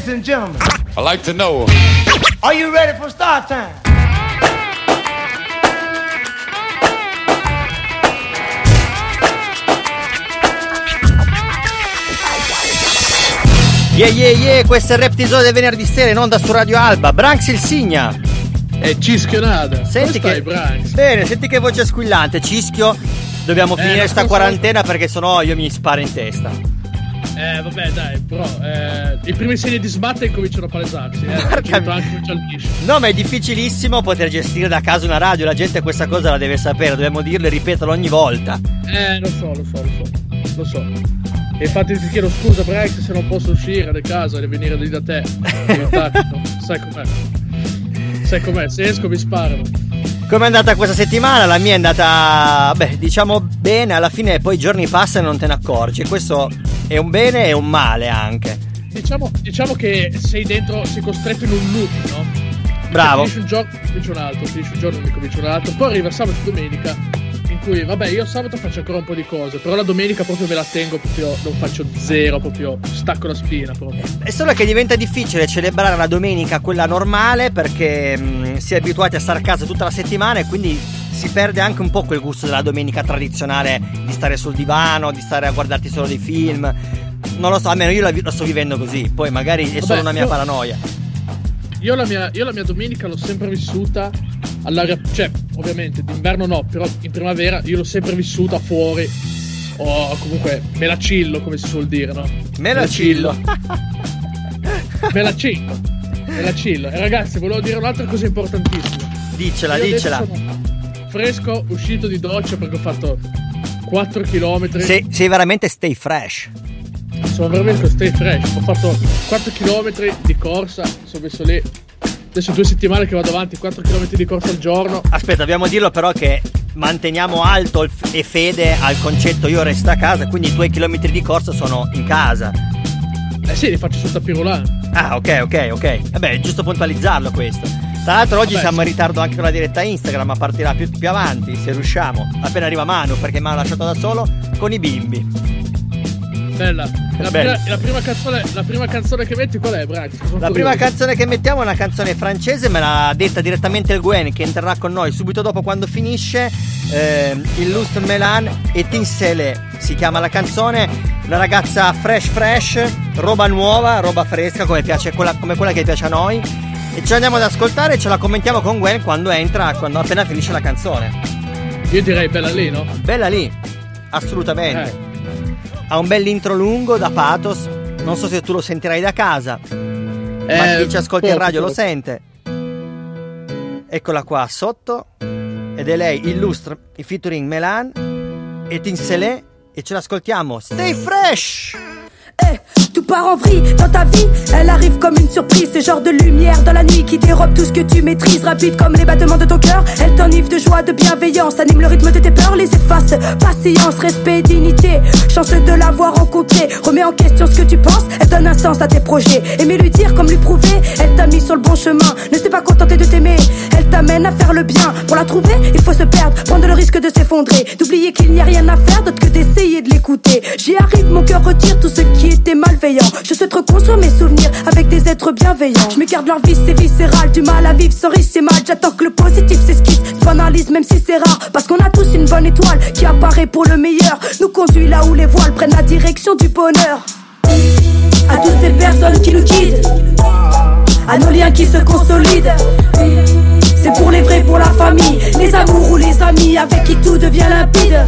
Ladies and gentlemen, I like to know. Are you ready for start time? Yeah, questo è il Reptisone del venerdì sera in onda su Radio Alba. Branks il Signa. È Cischionata. Senti come che stai, Branks? Bene, senti che voce squillante. Cischio, dobbiamo finire sta quarantena perché sennò io mi sparo in testa. Vabbè, dai, però i primi segni di sbatte cominciano a palesarsi. No, ma è difficilissimo poter gestire da casa una radio. La gente questa cosa la deve sapere, dobbiamo dirlo e ripeterlo ogni volta. Lo so. E infatti ti chiedo scusa, Branks, se non posso uscire da casa e venire lì da te. Sai com'è, se esco mi sparano. Com'è andata questa settimana? La mia è andata, diciamo bene. Alla fine poi i giorni passano e non te ne accorgi. Questo è un bene e un male anche. Diciamo che sei costretto in un loop, no? Bravo. Finisci un gioco, cominci un altro, finisci un giorno, cominci un altro. Poi arriva sabato e domenica, in cui, vabbè, io sabato faccio ancora un po' di cose, però la domenica proprio me la tengo, proprio non faccio zero, proprio stacco la spina proprio. È solo che diventa difficile celebrare la domenica, quella normale, perché si è abituati a stare a casa tutta la settimana e quindi si perde anche un po' quel gusto della domenica tradizionale di stare sul divano, di stare a guardarti solo dei film. Non lo so, almeno io la sto vivendo così, poi magari è solo una mia paranoia. Io la mia domenica l'ho sempre vissuta all'aria, cioè ovviamente d'inverno no, però in primavera io l'ho sempre vissuta fuori, o comunque me la cillo, come si suol dire, no? Me la cillo. E ragazzi, volevo dire un'altra cosa importantissima. Diccela. Sono fresco, uscito di doccia perché ho fatto 4 km. Sei veramente stay fresh. Sono veramente stay fresh. Ho fatto 4 km di corsa, sono messo lì. Adesso 2 settimane che vado avanti, 4 km di corsa al giorno. Aspetta, dobbiamo dirlo però che manteniamo alto e fede al concetto io resto a casa, quindi i tuoi chilometri di corsa sono in casa. Sì, li faccio sul tapirulano. Ah, ok. Vabbè, è giusto puntualizzarlo questo. Tra l'altro oggi siamo in ritardo anche con la diretta Instagram, ma partirà più avanti, se riusciamo. Appena arriva Manu, perché Manu l'ha lasciato da solo con i bimbi. Bella. La prima canzone che metti qual è, Branks? La prima canzone che mettiamo è una canzone francese, me l'ha detta direttamente il Gwen, che entrerà con noi subito dopo quando finisce. Illustre Melan e Tinsele si chiama la canzone. Una ragazza fresh, roba nuova, roba fresca, come quella che piace a noi. E ce l'andiamo ad ascoltare e ce la commentiamo con Gwen quando appena finisce la canzone. Io direi bella lì, no? Bella lì, assolutamente. Ha un bell'intro lungo da pathos. Non so se tu lo sentirai da casa, ma chi ci ascolta in radio lo sente. Eccola qua sotto. Ed è lei, Illustre, featuring Melan et Tincelet. Et ce l'ascoltiamo. Stay fresh! Tout part en vrille dans ta vie, elle arrive comme une surprise. Ce genre de lumière dans la nuit qui dérobe tout ce que tu maîtrises. Rapide comme les battements de ton cœur, elle t'enivre de joie, de bienveillance. Anime le rythme de tes peurs, les efface. Patience, respect, dignité, chanceux de l'avoir rencontrée. Remets en question ce que tu penses, elle donne un sens à tes projets. Aimer lui dire comme lui prouver, elle t'a mis sur le bon chemin. Ne s'est pas contentée de t'aimer, elle t'amène à faire le bien. Pour la trouver, il faut se perdre, prendre le risque de s'effondrer, d'oublier qu'il n'y a rien à faire d'autre que d'essayer de l'écouter. J'y arrive, mon cœur retire tout ce qui était malveillant. Je souhaite reconstruire mes souvenirs avec des êtres bienveillants. Je m'écarte de leur vie, c'est viscéral. Du mal à vivre sans risque, c'est mal. J'attends que le positif s'esquisse, se banalise même si c'est rare. Parce qu'on a tous une bonne étoile qui apparaît pour le meilleur. Nous conduit là où les voiles prennent la direction du bonheur. À toutes ces personnes qui nous quittent, à nos liens qui se consolident. C'est pour les vrais, pour la famille, les amours ou les amis avec qui tout devient limpide.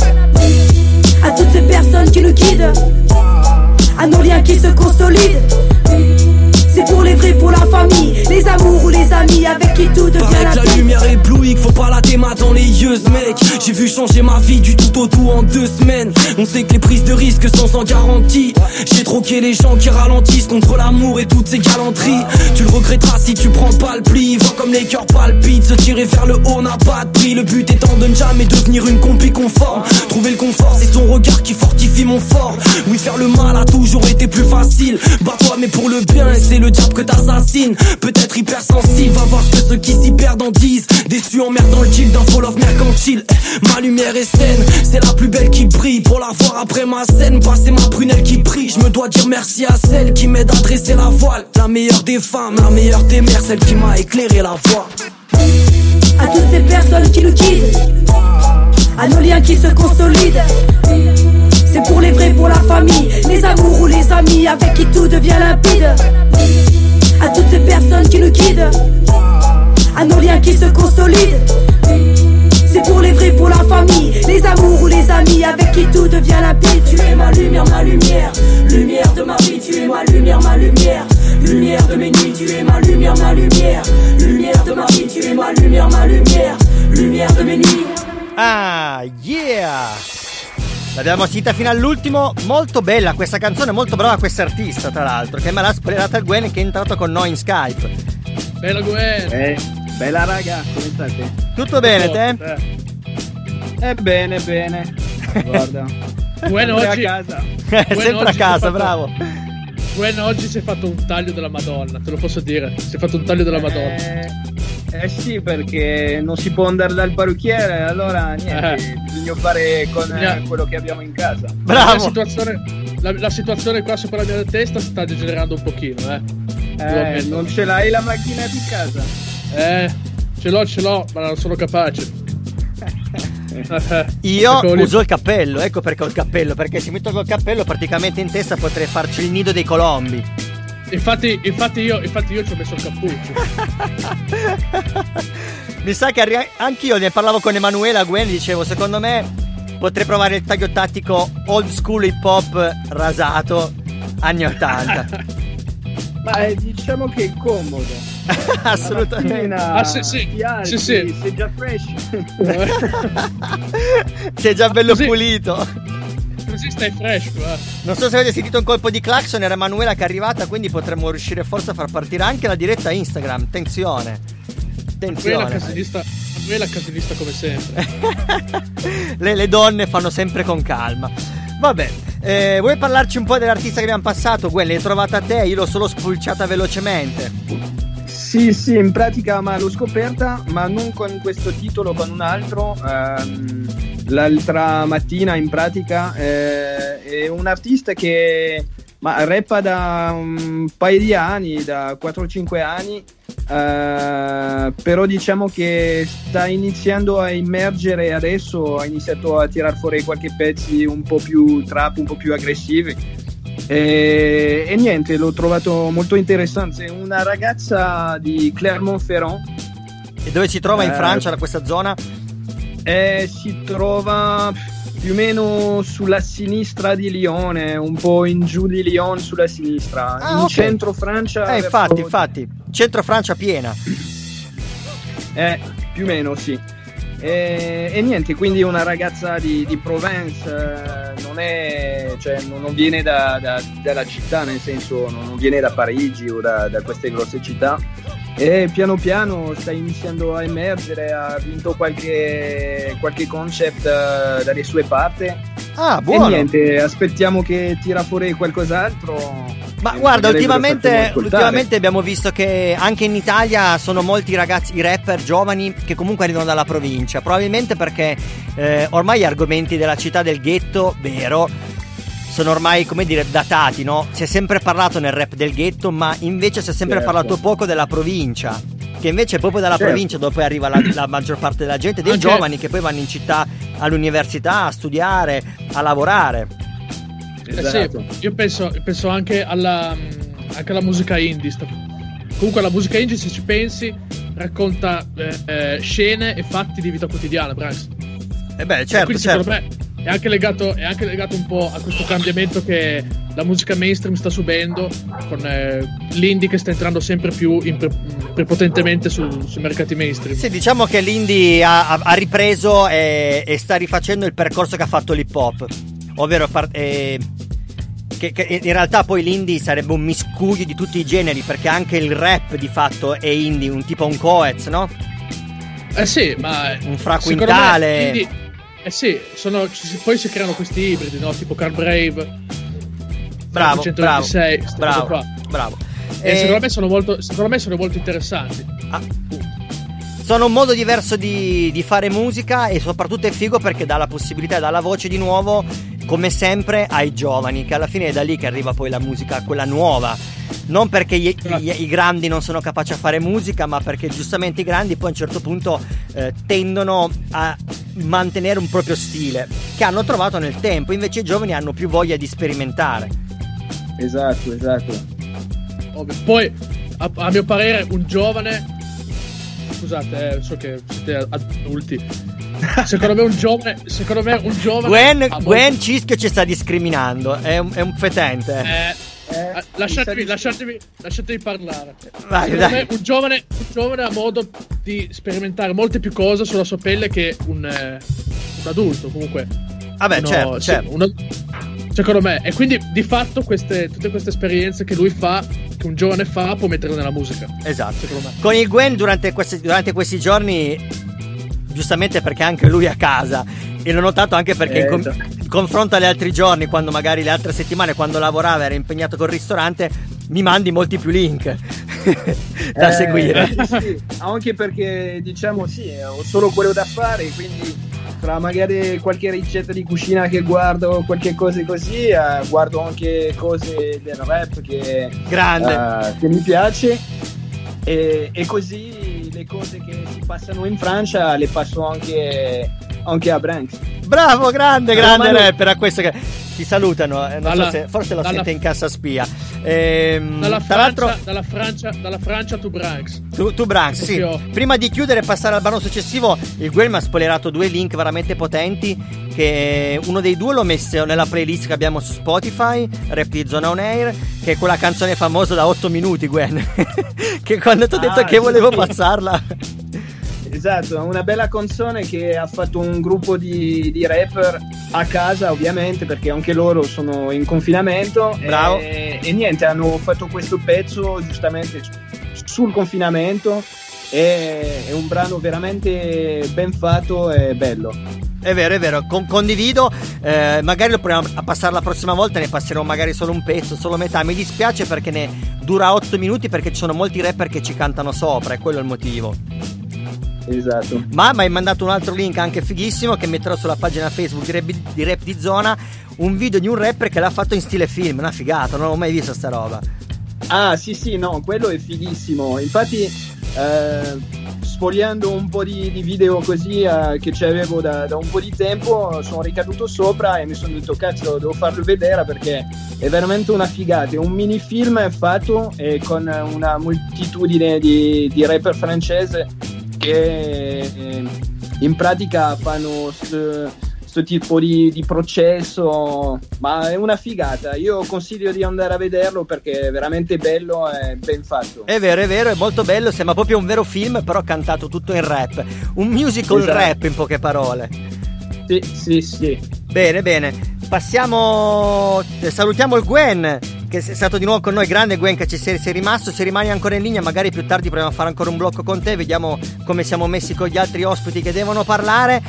À toutes ces personnes qui nous guident, à nos liens qui se consolident. C'est pour les vrais, pour la famille, les amours ou les amis avec qui tout devient Paraît la que la lumière est éblouie, qu'il faut pas la démat dans les yeux, mec. J'ai vu changer ma vie du tout au tout en 2 semaines. On sait que les prises de risques sont sans garantie. J'ai troqué les gens qui ralentissent contre l'amour et toutes ces galanteries. Tu le regretteras si tu prends pas le pli. Vois comme les cœurs palpitent, se tirer vers le haut n'a pas de prix. Le but étant de ne jamais devenir une compi conforme. Trouver le confort, c'est son regard qui fortifie mon fort. Oui, faire le mal a toujours été plus facile. Bats-toi mais pour le bien et c'est le diable que t'assassines. Peut-être hypersensible, va voir ce que ceux qui s'y perdent en disent. Déçu en merde dans le deal d'un fall of mercantile. Ma lumière est saine, c'est la plus belle qui brille. Pour la voir après ma scène, passer ma prunelle qui brille. vie, je me dois dire merci à celle qui m'aide à dresser la voile. La meilleure des femmes, la meilleure des mères, celle qui m'a éclairé la voie. À toutes ces personnes qui nous quittent, à nos liens qui se consolident. C'est pour les vrais, pour la famille, les amours ou les amis avec qui tout devient limpide. À toutes ces personnes qui nous guident, à nos liens qui se consolident. C'est pour les vrais, pour la famille, les amours ou les amis avec qui tout devient limpide. Tu es ma lumière, lumière de ma vie. Tu es ma lumière, lumière de mes nuits. Tu es ma lumière, lumière de ma vie. Tu es ma lumière, lumière de mes nuits. Ah, yeah! L'abbiamo sentita fino all'ultimo, molto bella questa canzone, molto brava questa artista tra l'altro, che me l'ha spoilerata il Gwen che è entrato con noi in Skype. Bella Gwen! Bella raga, come state? Tutto bene, te? Bene, guarda. Gwen oggi a casa. Sempre a casa, bravo. Gwen oggi si è fatto un taglio della Madonna, te lo posso dire, si è fatto un taglio della Madonna. Sì, perché non si può andare dal parrucchiere, allora niente, bisogna fare con quello che abbiamo in casa. Bravo. La situazione qua sopra la mia testa si sta degenerando un pochino, non ce l'hai la macchina di casa? Ce l'ho, ma non sono capace. Io uso il cappello, ecco perché ho il cappello, perché se mi tolgo il cappello praticamente in testa potrei farci il nido dei colombi. Infatti io ci ho messo il cappuccio. Mi sa che anch'io ne parlavo con Emanuela Gwen, dicevo secondo me potrei provare il taglio tattico old school hip hop rasato anni 80. Ma diciamo che è comodo. Assolutamente. Sì. Sei già fresh. Sei già bello così, pulito. Così stai fresh, Non so se avete sentito un colpo di clacson, era Emanuela che è arrivata, quindi potremmo riuscire forse a far partire anche la diretta Instagram. Attenzione. Emanuela casinista come sempre. le donne fanno sempre con calma. Vabbè, vuoi parlarci un po' dell'artista che abbiamo passato? Gwen, l'hai trovata te? Io l'ho solo spulciata velocemente. Sì, in pratica ma l'ho scoperta, ma non con questo titolo, con un altro. L'altra mattina in pratica è un artista che rappa da un paio di anni, da 4-5 anni, però diciamo che sta iniziando a immergere adesso, ha iniziato a tirar fuori qualche pezzi un po' più trap, un po' più aggressivi e niente, l'ho trovato molto interessante. È una ragazza di Clermont-Ferrand. E dove si trova in Francia, da questa zona? Si trova più o meno sulla sinistra di Lione, un po' in giù di Lione sulla sinistra, in okay. Centro Francia. Infatti, centro Francia piena. Più o meno sì. E niente, quindi una ragazza di Provence, non viene dalla città, nel senso non viene da Parigi o da queste grosse città. E piano piano sta iniziando a emergere, ha vinto qualche concept dalle sue parti. Buono. E niente, aspettiamo che tira fuori qualcos'altro. Ma guarda, ultimamente abbiamo visto che anche in Italia sono molti ragazzi, i rapper giovani che comunque arrivano dalla provincia, probabilmente perché ormai gli argomenti della città del ghetto, vero, sono ormai, come dire, datati, no? Si è sempre parlato nel rap del ghetto, ma invece si è sempre parlato poco della provincia, che invece è proprio dalla provincia dove poi arriva la maggior parte della gente, dei giovani che poi vanno in città all'università a studiare, a lavorare. Sì, io penso anche alla musica indie. Comunque la musica indie, se ci pensi, racconta scene e fatti di vita quotidiana, Bryce. Certo. Secondo me è anche legato un po' a questo cambiamento che la musica mainstream sta subendo, con l'indie che sta entrando sempre più prepotentemente sui mercati mainstream. Sì, diciamo che l'indie ha ripreso e sta rifacendo il percorso che ha fatto l'hip hop, ovvero che in realtà poi l'indie sarebbe un miscuglio di tutti i generi, perché anche il rap di fatto è indie, un tipo un Coez, no? Sì, ma un Fra Quintale. Indie, sì, poi si creano questi ibridi, no? Tipo Carl Brave. Bravo. Secondo me sono molto interessanti. Sono un modo diverso di fare musica, e soprattutto è figo perché dà la possibilità, dà la voce di nuovo come sempre ai giovani, che alla fine è da lì che arriva poi la musica, quella nuova. Non perché i grandi non sono capaci a fare musica, ma perché giustamente i grandi poi a un certo punto tendono a mantenere un proprio stile che hanno trovato nel tempo, invece i giovani hanno più voglia di sperimentare. Esatto. Ovvio. Poi a mio parere un giovane, scusate, so che siete adulti, secondo me un giovane Gwen Cischio ci sta discriminando, è un fetente. Lasciatemi parlare. Vai, secondo me un giovane ha modo di sperimentare molte più cose sulla sua pelle che un adulto, comunque. Vabbè, certo. Secondo me, e quindi di fatto tutte queste esperienze che lui fa, che un giovane fa, può metterle nella musica. Esatto. Secondo me. Con il Gwen durante questi giorni, giustamente perché anche lui è a casa, e l'ho notato anche perché in confronto agli altri giorni, quando magari le altre settimane quando lavorava era impegnato col ristorante, mi mandi molti più link da seguire. Sì. Anche perché diciamo ho solo quello da fare, quindi tra magari qualche ricetta di cucina che guardo, qualche cosa così, guardo anche cose del rap che mi piace, e così le cose che si passano in Francia le passo anche a Branks. Bravo, grande rapper, a questo che ti salutano, non so se forse lo sente in cassa spia. Dalla Francia to Branks. Tu Branks, sì. Prima di chiudere e passare al brano successivo, il Gwen mi ha spoilerato 2 link veramente potenti, che uno dei 2 l'ho messo nella playlist che abbiamo su Spotify, Rap di Zona On Air, che è quella canzone famosa da 8 minuti, Gwen, che quando ti ho detto che volevo passarla. Esatto, una bella canzone che ha fatto un gruppo di rapper a casa, ovviamente, perché anche loro sono in confinamento. Bravo. E niente, hanno fatto questo pezzo giustamente sul confinamento. È un brano veramente ben fatto e bello. È vero, condivido. Magari lo proviamo a passare la prossima volta, ne passeremo magari solo un pezzo, solo metà. Mi dispiace perché ne dura 8 minuti, perché ci sono molti rapper che ci cantano sopra, e quello è il motivo. Esatto. Ma mi hai mandato un altro link anche fighissimo, che metterò sulla pagina Facebook di Rap di Zona, un video di un rapper che l'ha fatto in stile film, una figata, non ho mai visto sta roba. Ah sì, no, quello è fighissimo. Infatti sfogliando un po' di video così che c'avevo da un po' di tempo, sono ricaduto sopra e mi sono detto cazzo, devo farlo vedere perché è veramente una figata. È un mini film fatto con una moltitudine di rapper francese che in pratica fanno questo tipo di processo, ma è una figata. Io consiglio di andare a vederlo perché è veramente bello e ben fatto. È vero, è molto bello, sembra proprio un vero film, però cantato tutto in rap, un musical, esatto. Rap in poche parole. Sì. Bene, passiamo, salutiamo il Gwen che è stato di nuovo con noi. Grande Gwen che ci sei rimasto. Se rimani ancora in linea, magari più tardi proviamo a fare ancora un blocco con te, vediamo come siamo messi con gli altri ospiti che devono parlare.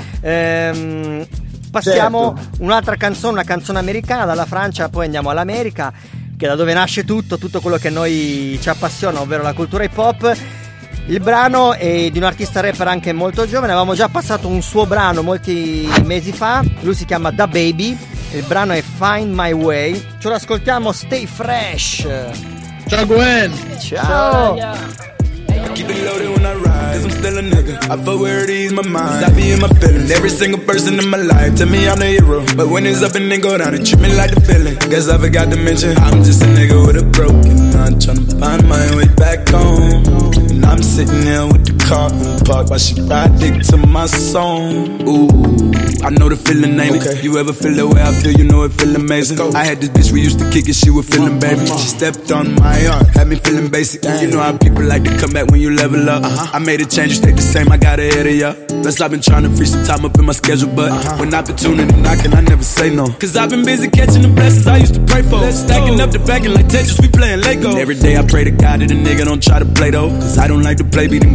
Passiamo un'altra canzone, una canzone americana dalla Francia, poi andiamo all'America, che è da dove nasce tutto quello che a noi ci appassiona, ovvero la cultura hip hop. Il brano è di un artista rapper anche molto giovane, avevamo già passato un suo brano molti mesi fa, lui si chiama DaBaby, il brano è Find My Way, ce lo ascoltiamo, stay fresh. Ciao Gwen. Ciao. Keep it loaded when I ride, cause I'm still a nigga. I fuck where it ease my mind, I be in my feelings. Every single person in my life tell me I'm the hero, but when it's up and then go down, it treat me like the feeling. Guess I forgot to mention, I'm just a nigga with a broken heart, tryna find my way back home. And I'm sitting here with the car parked while she ride dick to my song. Ooh, I know the feeling, ain't it? You ever feel the way I feel, you know it feel amazing. I had this bitch, we used to kick it, she was feeling baby. She stepped on my arm, had me feeling basic. You know how people like to come back when you level up. I made a change, you stayed the same, I got ahead of ya. Plus I've been trying to free some time up in my schedule, but when opportunity knocking, I never say no. Cause I've been busy catching the blessings I used to pray for. Stacking up the backing like Tetris, we playing Lego. And every day I pray to God that a nigga don't try to play though, cause I don't like to play, be them gave a nigga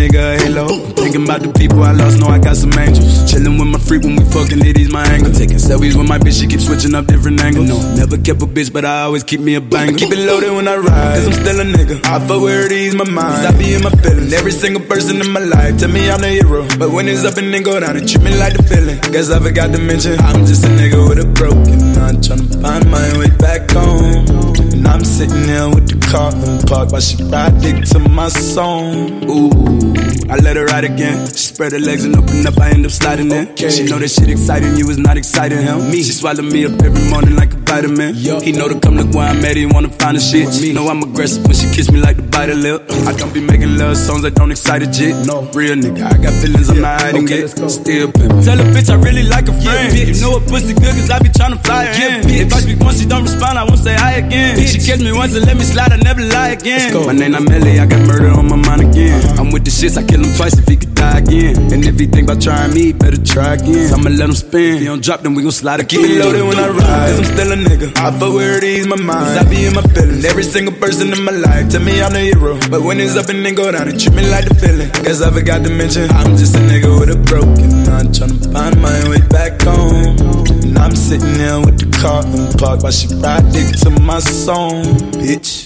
nigga a halo. Thinking about the people I lost, know I got some angels. Chilling with my freak when we fucking, it is my angle. Taking selfies with my bitch, she keep switching up different angles. No, never kept a bitch, but I always keep me a banger. Keep it loaded when I ride, cause I'm still a nigga. I fuck where it ease my mind, I be in my feelings. Every single person in my life tell me I'm the hero, but when it's up and then go down, it treat me like the feeling. Guess I forgot to mention, I'm just a nigga with a broken heart, tryna find my way back home. And I'm sitting there with the car in park while she ride dick to my song. Ooh, I let her ride again. She spread her legs and open up, I end up sliding in. She know that shit exciting, you is not exciting him. She swallow me up every morning like a vitamin. He know to come look where I'm at, he wanna find a shit. Know I'm aggressive when she kiss me like the bite of lip. I don't be making love songs that don't excite a jit. No, real nigga, I got feelings I'm not hiding it. Still pimpin'. Tell a bitch I really like a friend. You know a pussy good cause I be tryna fly her in. If I speak once she don't respond, I won't say hi again. She kiss me once and let me slide, I never lie again. My name not Melly, I got murder on my mind again. I'm with the shits, I kill him twice if he could die again. And if he think about trying me, better try again. So I'ma let him spin. If he don't drop, then we gon' slide again. Keep it loaded when I ride, cause I'm still a nigga. I fuck where it ease my mind, cause I be in my feelings. Every single person in my life tell me I'm the hero, but when it's up and then go down, it treat me like the feeling. Guess I forgot to mention, I'm just a nigga with a broken heart, tryna find my way back home. And I'm sitting there with the car in park while she ride dick to my song, bitch.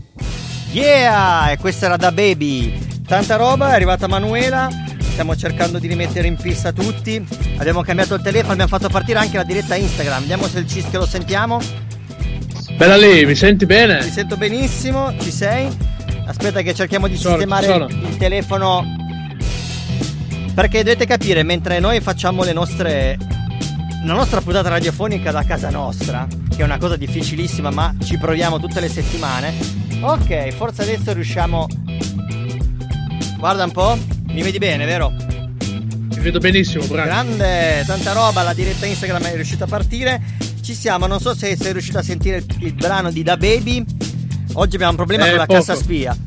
Yeah, e questa era Da Baby. Tanta roba, è arrivata Manuela. Stiamo cercando di rimettere in pista tutti. Abbiamo cambiato il telefono, abbiamo fatto partire anche la diretta Instagram. Vediamo se il Cischio lo sentiamo. Bella lì, mi senti bene? Ti sento benissimo, ci sei? Aspetta che cerchiamo di sistemare il telefono. Perché dovete capire, mentre noi facciamo la nostra puntata radiofonica da casa nostra, che è una cosa difficilissima, ma ci proviamo tutte le settimane. Ok, forse adesso riusciamo. Guarda un po', mi vedi bene, vero? Ti vedo benissimo, bravo. Grande, tanta roba, la diretta Instagram è riuscita a partire. Ci siamo, non so se sei riuscito a sentire il brano di Da Baby. Oggi abbiamo un problema con la poco. cassa spia.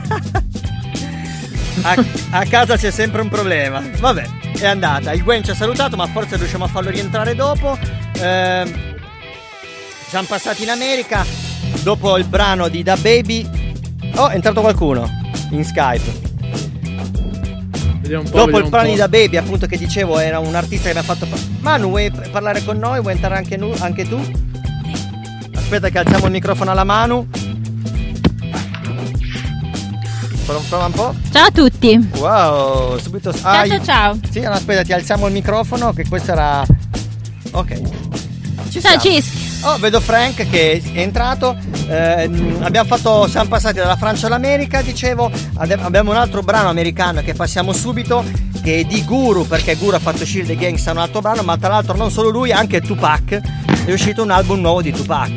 a casa c'è sempre un problema. Vabbè, è andata. Il Gwen ci ha salutato, ma forse riusciamo a farlo rientrare dopo. Siamo passati in America. Dopo il brano di Da Baby. Oh, è entrato qualcuno in Skype. Dopo il brano di Da Baby, appunto, che dicevo, era un artista che mi ha fatto. Manu, vuoi parlare con noi? Vuoi entrare anche tu? Aspetta che alziamo il microfono alla Manu. Prova un po'. Ciao a tutti. Wow, subito. Ciao. Sì, no, aspetta, ti alziamo il microfono, che questo era. Ok. Ciao Cis. Oh, vedo Frank che è entrato. Siamo passati dalla Francia all'America, dicevo. Abbiamo un altro brano americano che passiamo subito, che è di Guru, perché Guru ha fatto uscire The Gangsta, un altro brano, ma tra l'altro non solo lui, anche Tupac. È uscito un album nuovo di Tupac.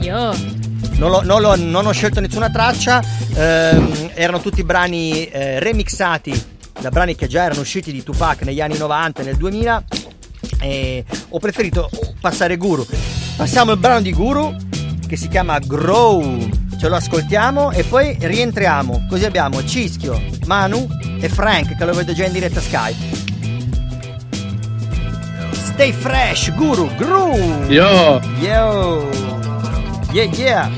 Non ho scelto nessuna traccia, erano tutti brani remixati da brani che già erano usciti di Tupac negli anni 90 e nel 2000, e ho preferito passare Guru. Passiamo il brano di Guru che si chiama Grow, ce lo ascoltiamo e poi rientriamo, così abbiamo Cischio, Manu e Frank che lo vedo già in diretta Skype. Stay fresh, Guru, Groove. Yo Yeah.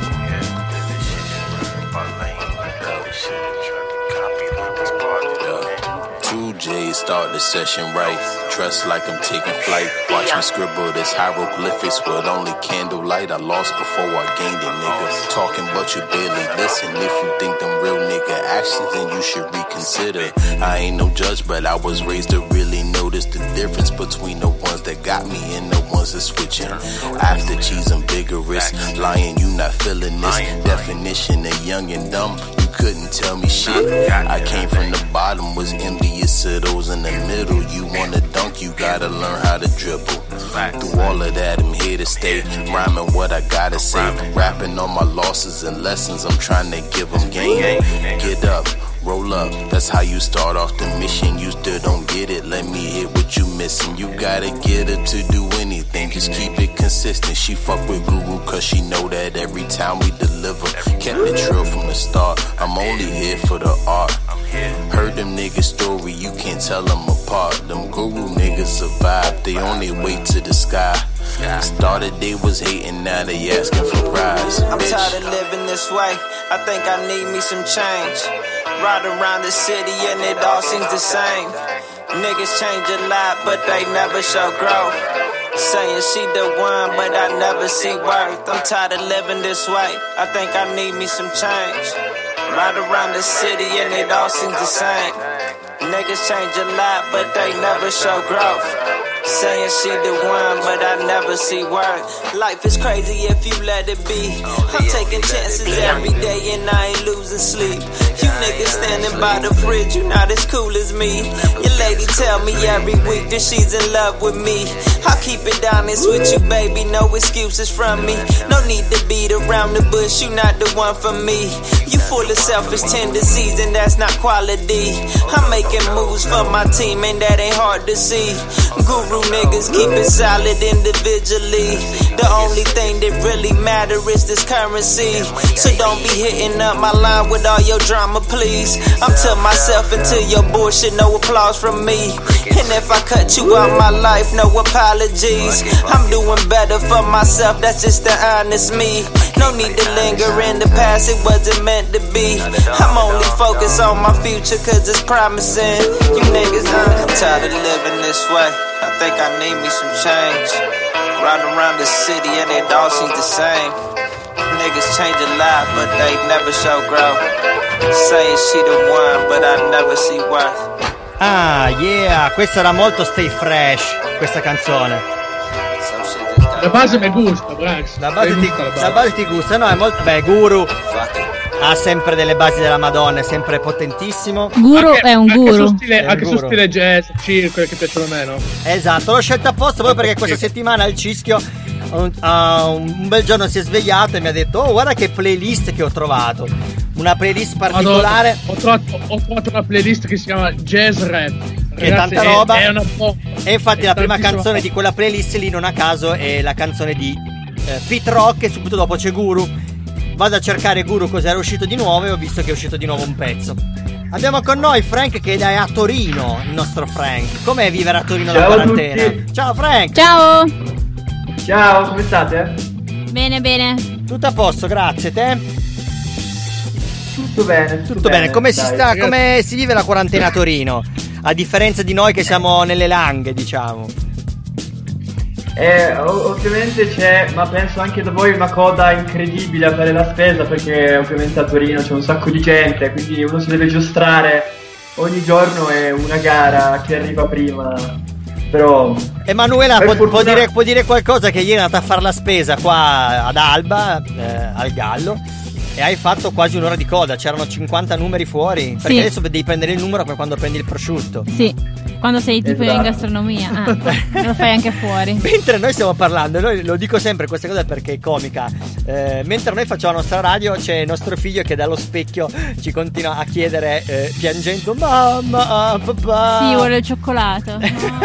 2J start the session right. Dressed like I'm taking flight. Watch me scribble this hieroglyphics with only candlelight. I lost before I gained it, nigga. Talking but you barely listen. If you think them real nigga actions, then you should reconsider. I ain't no judge, but I was raised to really notice the difference between the ones that got me and the ones that switching. After cheese, I'm vigorous. Lying, you not feeling this. Definition of young and dumb. You couldn't tell me shit. I came from the bottom, was envious of those in the middle. You wanna dunk, you gotta learn how to dribble. Through all of that, I'm here to stay. Rhyming what I gotta say. Rapping on my losses and lessons, I'm trying to give them game. Get up, roll up, that's how you start off the mission. You still don't get it, let me hit what you missing. You gotta get her to do anything, just keep it consistent. She fuck with Guru cause she know that every time we deliver. Kept it trill from the start, I'm only here for the art. Heard them niggas story, you can't tell them apart. Them Guru niggas survive, they only wait to the sky. Started they was hating, now they asking for rise. I'm tired of living this way, I think I need me some change. Ride around the city and it all seems the same. Niggas change a lot, but they never show growth. Saying she the one, but I never see worth. I'm tired of living this way, I think I need me some change. Ride around the city and it all seems the same. Niggas change a lot, but they never show growth. Saying she the one, but I never see worth. Life is crazy if you let it be. I'm taking chances every day and I ain't losing sleep. You niggas standing by the fridge, you not as cool as me. Your lady tell me every week that she's in love with me. I'll keep it honest with you, baby, no excuses from me. No need to beat around the bush, you not the one for me. You full of selfish tendencies and that's not quality. I'm making moves for my team and that ain't hard to see. Guru niggas keep it solid individually. The only thing that really matter is this currency. So don't be hitting up my line with all your drama, please. I'm to myself and to your bullshit, no applause from me. And if I cut you out my life, no apologies. I'm doing better for myself, that's just the honest me. No need to linger in the past, it wasn't meant to be. I'm only focused on my future cause it's promising. You niggas, I'm tired of living this way, I think I need me some change. Ride around the city and it all seems the same. Niggas change a lot, but they never show growth. Saying she the one, but I never see worth. Ah, yeah, questa era molto Stay Fresh, questa canzone. La base mi gusta, Brax. La base ti gusta, no, è molto... Beh, Guru ha sempre delle basi della Madonna, è sempre potentissimo. Guru è un guru. Anche su stile jazz, quelle che piacciono a me, no? Esatto, l'ho scelta apposta proprio perché questa settimana il Cischio un bel giorno si è svegliato e mi ha detto: oh, guarda che playlist che ho trovato. Una playlist particolare. Madonna, ho trovato una playlist che si chiama Jazz Rap. Che è tanta roba. È una e infatti la prima canzone di quella playlist lì, non a caso, è la canzone di Pete Rock e subito dopo c'è Guru. Vado a cercare Guru cos'era uscito di nuovo e ho visto che è uscito di nuovo un pezzo. Abbiamo con noi Frank che è a Torino, il nostro Frank. Com'è vivere a Torino la quarantena? Tutti. Ciao Frank! Ciao! Ciao, come state? Bene, bene. Tutto a posto, grazie. Te? Tutto bene. Tutto bene. Come si sta? Come si vive la quarantena a Torino? A differenza di noi che siamo nelle Langhe, diciamo. Ovviamente c'è, ma penso anche da voi, una coda incredibile a fare la spesa, perché ovviamente a Torino c'è un sacco di gente, quindi uno si deve giostrare. Ogni giorno è una gara, chi arriva prima. Però Emanuela può dire qualcosa, che ieri è andata a fare la spesa qua ad Alba, al Gallo, e hai fatto quasi un'ora di coda, c'erano 50 numeri fuori, perché sì. Adesso devi prendere il numero come quando prendi il prosciutto. Sì, quando sei tipo in gastronomia, lo fai anche fuori. Mentre noi stiamo parlando, noi lo dico sempre questa cosa perché è comica, mentre noi facciamo la nostra radio c'è il nostro figlio che dallo specchio ci continua a chiedere piangendo: mamma, papà. Sì, vuole il cioccolato.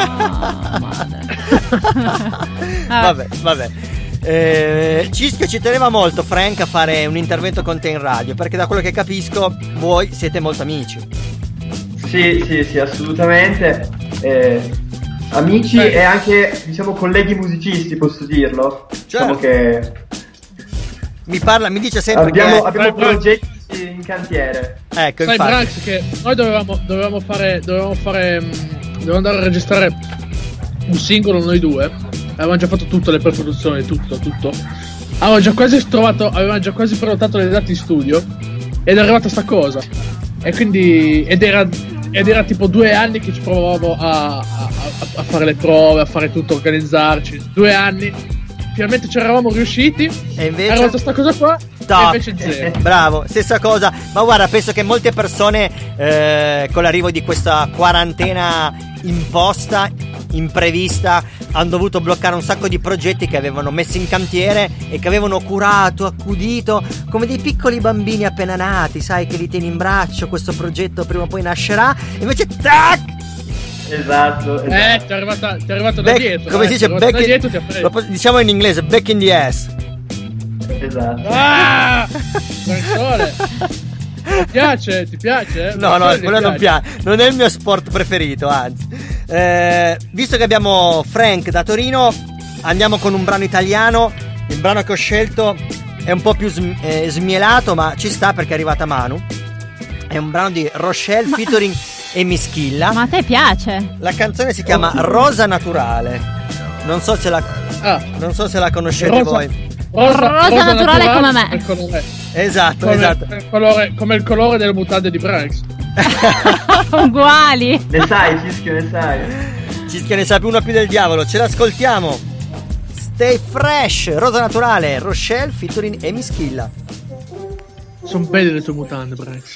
Vabbè. Cischio ci teneva molto, Frank, a fare un intervento con te in radio, perché da quello che capisco voi siete molto amici. Sì, assolutamente. Amici e anche, diciamo, colleghi musicisti, posso dirlo? Certo. Diciamo che mi dice sempre abbiamo progetti in cantiere. Ecco, sai, infatti. Brax, che noi dovevamo andare a registrare un singolo noi due. Avevamo già fatto tutte le preproduzioni, tutto. Avevamo già quasi prenotato le date in studio ed è arrivata sta cosa. E quindi ed era tipo 2 anni che ci provavamo a fare le prove, a fare tutto, organizzarci. 2 anni. Finalmente ci eravamo riusciti. E invece è arrivata sta cosa qua. Top. E invece zero. Bravo, stessa cosa. Ma guarda, penso che molte persone con l'arrivo di questa quarantena imposta, imprevista, hanno dovuto bloccare un sacco di progetti che avevano messo in cantiere e che avevano curato, accudito come dei piccoli bambini appena nati, sai, che li tieni in braccio. Questo progetto prima o poi nascerà, e invece tac! Esatto. Ti è arrivato da dietro. Come si dice? Diciamo in inglese, back in the ass. Esatto. Professore, ti piace? No, quello non piace. Non è il mio sport preferito, anzi. Visto che abbiamo Frank da Torino, andiamo con un brano italiano. Il brano che ho scelto è un po' più smielato, ma ci sta perché è arrivata Manu. È un brano di Rochelle featuring Emischilla. Ma a te piace? La canzone si chiama Rosa Naturale. Non so se la conoscete voi. Rosa naturale come me. Il colore. Esatto, come il colore delle mutande di Branks. Uguali. Ne sai, Cischio, ne sai. Cischio ne sa più una più del diavolo. Ce l'ascoltiamo. Stay Fresh, Rosa Naturale, Rochelle featuring Emischilla. Sono belle le tue mutande, Branks.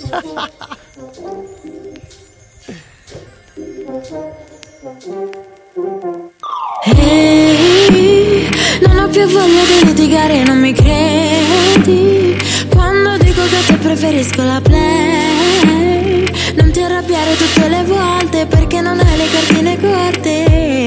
Ehi, non ho più voglia di litigare, non mi credi quando dico che te preferisco la play. Non ti arrabbiare tutte le volte perché non hai le cartine corte.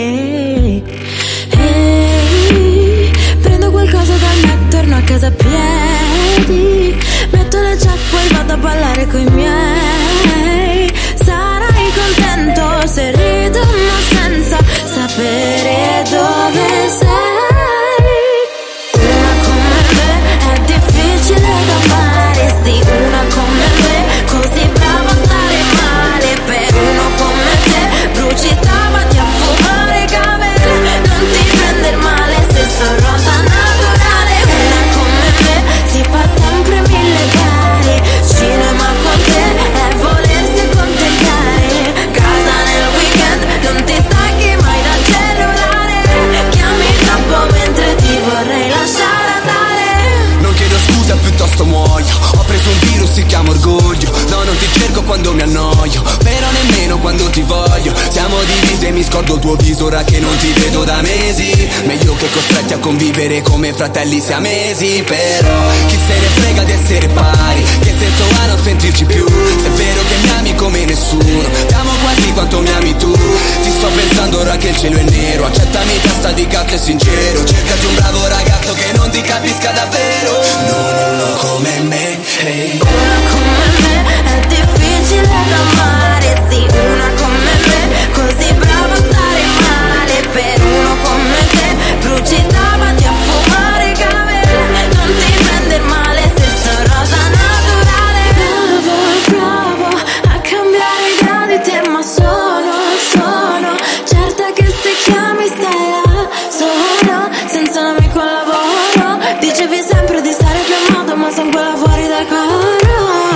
Ehi, prendo qualcosa da me, torno a casa a piedi, metto le giacche, poi vado a ballare coi miei. Sarai contento se rido ma senza sapere dove sei. Una come me è difficile da fare, sì, una come me così brava a stare male. Per uno come te bruci sabati a fumare camere, non ti prender male se sono rosa naturale. Una come me si fa sempre mille cari, cinema con te è volersi accontentare, casa nel weekend non ti stacchi mai dal cellulare, chiami troppo mentre ti vorrei lasciare andare. Non chiedo scusa, piuttosto muoio. Ho preso un virus, si chiama orgoglio. No, non ti cerco quando mi annoio, però nemmeno quando ti voglio. Siamo divisi e mi scordo il tuo viso ora che non ti vedo da mesi. Meglio che costretti a convivere come fratelli siamesi. Però chi se ne frega di essere pari, che senso ha non sentirci più? Se è vero che mi ami come nessuno, ti amo quasi quanto mi ami tu. Ti sto pensando ora che il cielo è nero, accettami testa di cazzo e sincero. Cercati un bravo ragazzo che non ti capisca davvero. No, come me, hey. Una come me è difficile da amare, sì, una come me così brava a stare male. Per uno come te bruci sabati a fumare camere, non ti prender male se sono rosa naturale. Bravo a cambiare idea di te, ma sono certa che se chiami Stella sono senza un amico al lavoro. Dicevi sempre di stare più a modo, ma sono quella fuori da coro.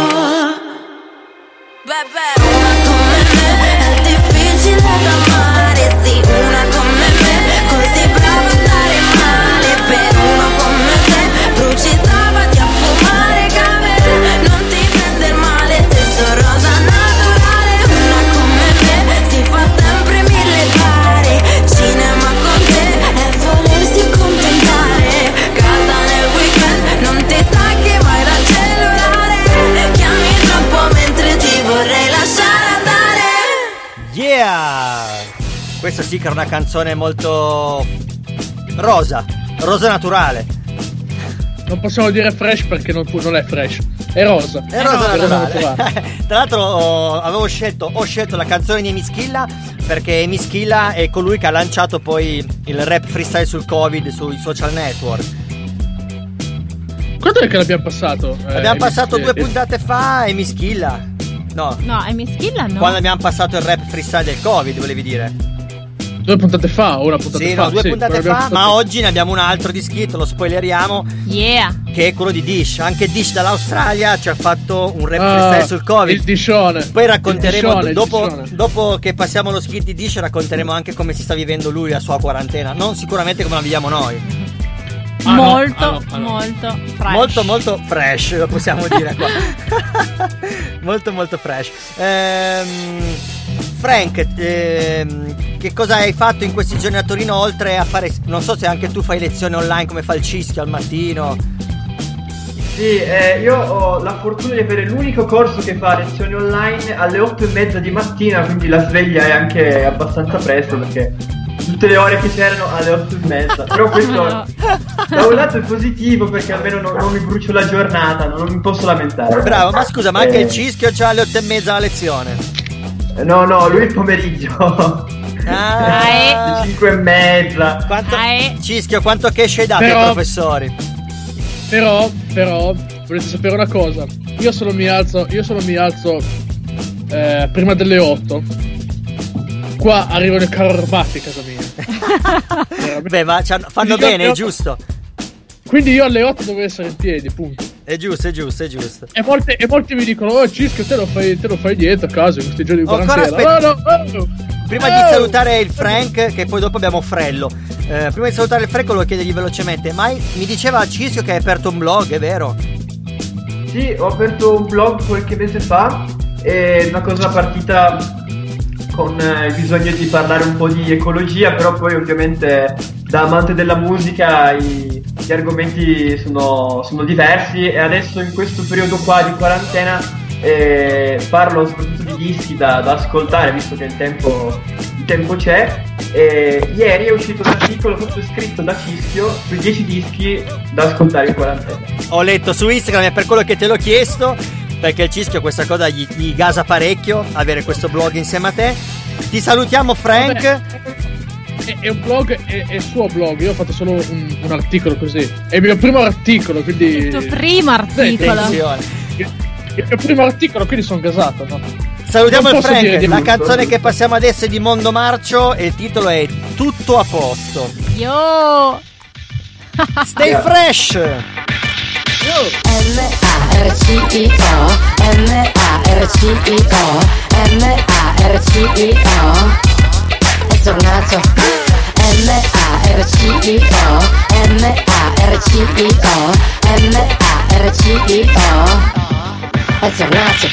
Una come me è difficile da amare, sì, una come me così brava a stare male. Per uno come te bruci sabati a fumare camere, non ti prender male se sono rosa naturale. Una come me si fa sempre mille pari, cinema con te è volersi accontentare, casa nel weekend non ti stacchi mai dal cellulare, chiami troppo mentre ti vorrei lasciare andare. Yeah! Questa sì che era una canzone molto rosa naturale. Non possiamo dire fresh perché non è fresh, è rosa. È rosa naturale. Tra l'altro ho scelto la canzone di Emischilla perché Emischilla è colui che ha lanciato poi il rap freestyle sul Covid sui social network. Quando è che l'abbiamo passato? L'abbiamo passato 2 puntate fa, Emischilla. No, Emischilla no. Quando abbiamo passato il rap freestyle del Covid, volevi dire? 2 puntate fa o una puntata fa? No, 2 puntate fa, ma oggi ne abbiamo un altro di scritto, lo spoileriamo. Yeah. Che è quello di Dish. Anche Dish dall'Australia ci ha fatto un rap freestyle sul Covid. Il Dishone. Poi racconteremo, il Dishone. dopo che passiamo lo skit di Dish, racconteremo anche come si sta vivendo lui la sua quarantena. Non sicuramente come la viviamo noi. Molto fresh. Molto fresh, lo possiamo dire qua. molto fresh. Frank, che cosa hai fatto in questi giorni a Torino oltre a fare, non so se anche tu fai lezioni online come fa il Cischio al mattino? Sì, io ho la fortuna di avere l'unico corso che fa lezioni online alle 8:30 di mattina, quindi la sveglia è anche abbastanza presto perché tutte le ore che c'erano alle 8:30. Però questo da un lato è positivo perché almeno non mi brucio la giornata, non mi posso lamentare. Bravo, ma scusa, ma anche il Cischio c'ha alle 8:30 la lezione? No, lui il pomeriggio. Ah, 5:30. Cischio, quanto cash hai dato ai professori? Però volete sapere una cosa? io solo mi alzo prima delle 8. Qua arrivano i carri armati a casa mia. Beh, ma fanno bene, è giusto. Quindi io alle 8 devo essere in piedi, punto. È giusto. E molti mi dicono: oh Cisco, te lo fai dietro a casa in questi giorni di quarantena. No. Prima di salutare il Frank, che poi dopo abbiamo Frello. Prima di salutare il Frank, volevo chiedergli velocemente: ma mi diceva Cisco che hai aperto un blog, è vero? Sì, ho aperto un blog qualche mese fa. È una cosa partita con il bisogno di parlare un po' di ecologia, però poi ovviamente da amante della musica gli argomenti sono diversi, e adesso in questo periodo qua di quarantena parlo soprattutto di dischi da ascoltare, visto che il tempo c'è. Ieri è uscito un articolo proprio scritto da Cischio sui 10 dischi da ascoltare in quarantena. Ho letto su Instagram, è per quello che te l'ho chiesto, perché il Cischio questa cosa gli gasa parecchio avere questo blog insieme a te. Ti salutiamo, Frank. È un blog, è il suo blog. Io ho fatto solo un articolo così. È il mio primo articolo, quindi. Il tuo primo articolo. Il mio primo articolo, quindi sono gasato, no? Salutiamo il Frank. La canzone che passiamo adesso è di Mondo Marcio e il titolo è Tutto a posto. Yo! Stay fresh! M-A-R-C-I-O M-A-R-C-I-O M-A-R-C-I-O è tornato. M-A-R-C-I-O M-A-R-C-I-O M-A-R-C-I-O è tornato.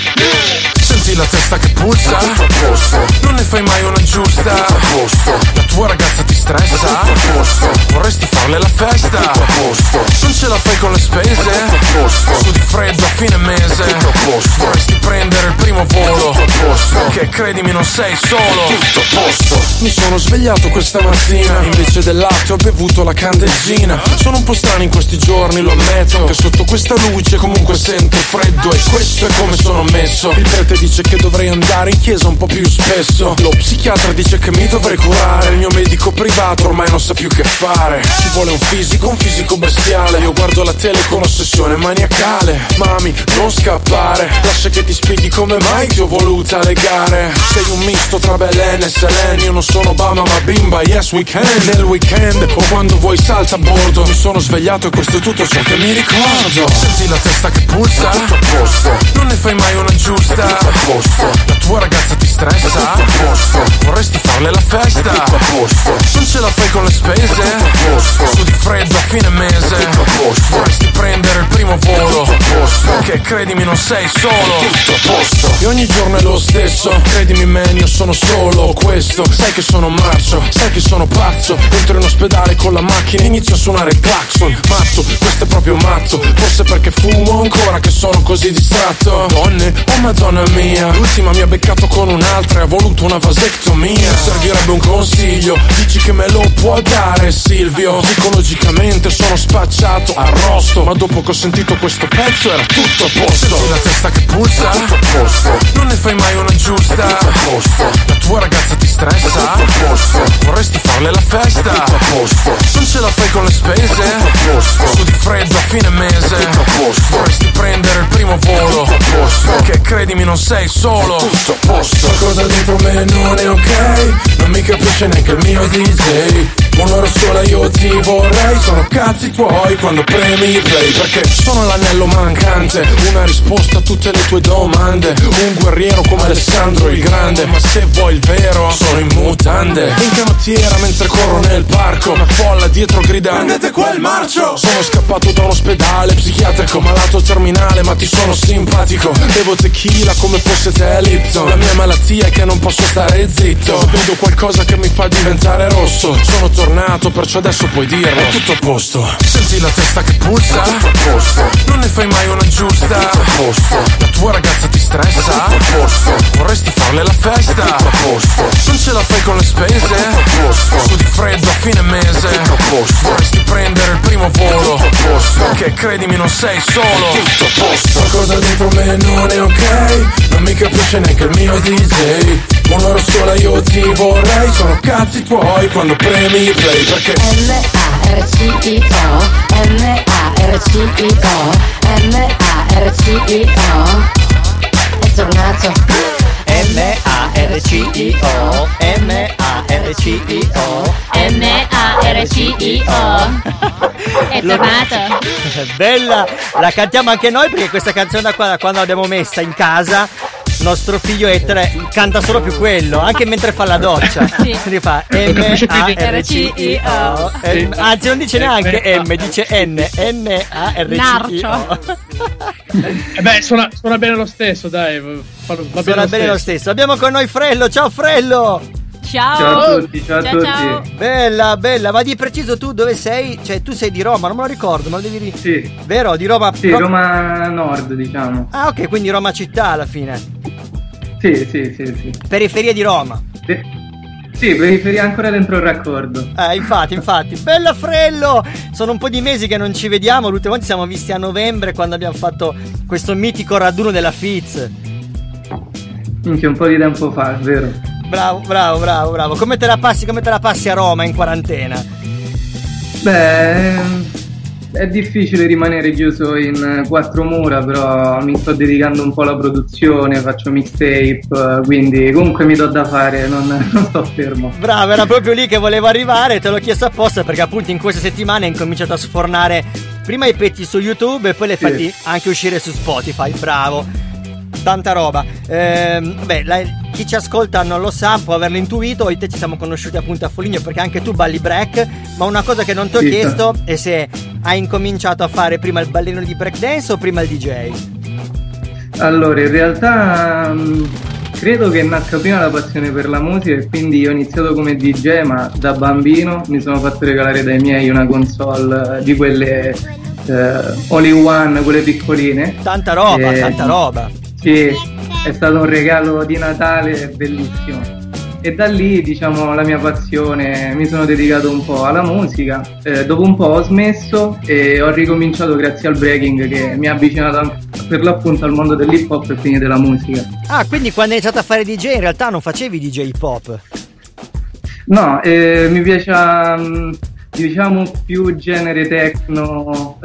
Senti la testa che pulsa, tutto a posto. Non ne fai mai una giusta, tutto a posto. La tua ragazza ti stressa, tutto a posto. Vorresti farle la festa, tutto a posto. Non ce la fai con le spese, tutto a posto. Su di freddo a fine mese, tutto a posto. Vorresti prendere il primo volo, tutto a posto. Che credimi non sei solo, tutto a posto. Mi sono svegliato questa mattina, invece del latte ho bevuto la candeggina. Sono un po' strano in questi giorni, lo ammetto, che sotto questa luce comunque sento freddo. E questo è come sono messo. Il prete dice che dovrei andare in chiesa un po' più spesso. Lo psichiatra dice che mi dovrei curare. Il mio medico privato ormai non sa più che fare. Ci vuole un fisico bestiale. Io guardo la tele con ossessione maniacale. Mami, non scappare, lascia che ti spieghi come mai ti ho voluta legare. Sei un misto tra Belen e Selene. Io non sono Obama ma bimba, yes we can. Nel weekend o quando vuoi salta a bordo. Mi sono svegliato e questo è tutto ciò che mi ricordo. Senti la testa che pulsa, tutto a posto. Non ne fai mai una giusta, tutto a posto. La tua ragazza ti stressa, tutto a posto. Vorresti farle la festa, tutto a posto. Non ce la fai con le spese, tutto a posto. Su di freddo a fine mese, tutto a posto. Vorresti prendere il primo volo, tutto a posto. Che credimi non sei solo, tutto a posto. E ogni giorno è lo stesso, credimi man, io sono solo questo. Sai che sono marcio, sai che sono pazzo. Entro in ospedale con la macchina e inizio a suonare il clacson. Matto, questo è proprio matto. Forse perché fumo ancora che sono così distratto. Donne, oh madonna mia, l'ultima mi ha beccato con un'altra e ha voluto una vasectomia. Servirebbe un consiglio, dici che me lo può dare Silvio? Psicologicamente sono spacciato, arrosto, ma dopo che ho sentito questo pezzo era tutto a posto. Senti la testa che pulsa, tutto a posto. Non ne fai mai una giusta, tutto a posto. La tua ragazza ti stressa, tutto a posto. Vorresti farle la festa, tutto a posto. Non ce la fai con le spese, tutto a posto. Su di freddo a fine mese, tutto a posto. Vorresti prendere il primo volo, tutto a posto. Che credimi non sei solo, tutto a posto. Qualcosa dentro me non è ok, non mi capisce neanche il mio DJ. Un'ora sola io ti vorrei, sono cazzi tuoi quando premi play. Perché sono l'anello mancante, una risposta a tutte le tue domande. Un guerriero come Alessandro il Grande, ma se vuoi il vero sono in mutande. In canottiera mentre corro nel parco, una folla dietro grida prendete quel marcio. Sono scappato da un ospedale psichiatrico, malato terminale ma ti sono simpatico. Bevo tequila come fosse te Lipton. La mia malattia è che non posso stare zitto. Vedo qualcosa che mi fa diventare rosso. Sono tornato, perciò adesso puoi dirlo. È tutto a posto. Senti la testa che pulsa, tutto a posto. Non ne fai mai una giusta, tutto a posto. La tua ragazza ti stressa, tutto a posto. Vorresti farle la festa, tutto a posto. Non ce la fai con le spese, tutto a posto. Su di freddo a fine mese, tutto a posto. Vorresti prendere il primo volo, tutto a posto. Che credimi non sei solo, tutto a posto. Qualcosa dentro me non è ok, non mi capisce neanche il mio DJ. Un'ora sola io ti vorrei, sono cazzi tuoi quando premi play. Perché M-A-R-C-I-O M-A-R-C-I-O M-A-R-C-I-O M-A-R-C-I-O. M-A-R-C-I-O. È tornato. Bella, la cantiamo anche noi perché questa canzone da qua, da quando l'abbiamo messa in casa, nostro figlio Ettore canta solo più quello, anche mentre fa la doccia. Sì. Quindi fa M-A-R-C-I-O. Anzi, non dice neanche M, dice N-N-A-R-C-I-O. Beh, suona bene lo stesso, dai. Suona bene lo stesso. Abbiamo con noi Frello. Ciao Frello. Ciao a tutti, ciao a tutti. Bella, ma di preciso tu dove sei? Cioè tu sei di Roma, non me lo ricordo, ma lo devi dire. Sì. Vero? Di Roma? Sì, Roma Nord, diciamo. Ah, ok, quindi Roma città alla fine. Sì. Periferia di Roma. Sì, periferia ancora dentro il raccordo. Infatti. Bella Frello! Sono un po' di mesi che non ci vediamo, l'ultima volta ci siamo visti a novembre quando abbiamo fatto questo mitico raduno della Fizz. Minchia, un po' di tempo fa, è vero. Bravo. Come te la passi a Roma in quarantena? Beh, è difficile rimanere chiuso in quattro mura, però mi sto dedicando un po' alla produzione, faccio mixtape, quindi comunque mi do da fare, non sto fermo. Bravo, era proprio lì che volevo arrivare, te l'ho chiesto apposta perché appunto in queste settimane hai incominciato a sfornare prima i pezzi su YouTube e poi le fatti anche uscire su Spotify, bravo. Tanta roba. Chi ci ascolta non lo sa, può averlo intuito. Io e te ci siamo conosciuti appunto a Foligno perché anche tu balli break. Ma una cosa che non ti ho chiesto è se hai incominciato a fare prima il ballerino di breakdance o prima il DJ. Allora, in realtà credo che nasca prima la passione per la musica e quindi ho iniziato come DJ, ma da bambino mi sono fatto regalare dai miei una console di quelle all in one, quelle piccoline. Tanta roba. Sì, è stato un regalo di Natale bellissimo e da lì diciamo la mia passione, mi sono dedicato un po' alla musica, dopo un po' ho smesso e ho ricominciato grazie al breaking che mi ha avvicinato per l'appunto al mondo dell'hip hop e quindi della musica. Ah, quindi quando hai iniziato a fare DJ in realtà non facevi DJ hip hop? No, mi piace diciamo più genere techno,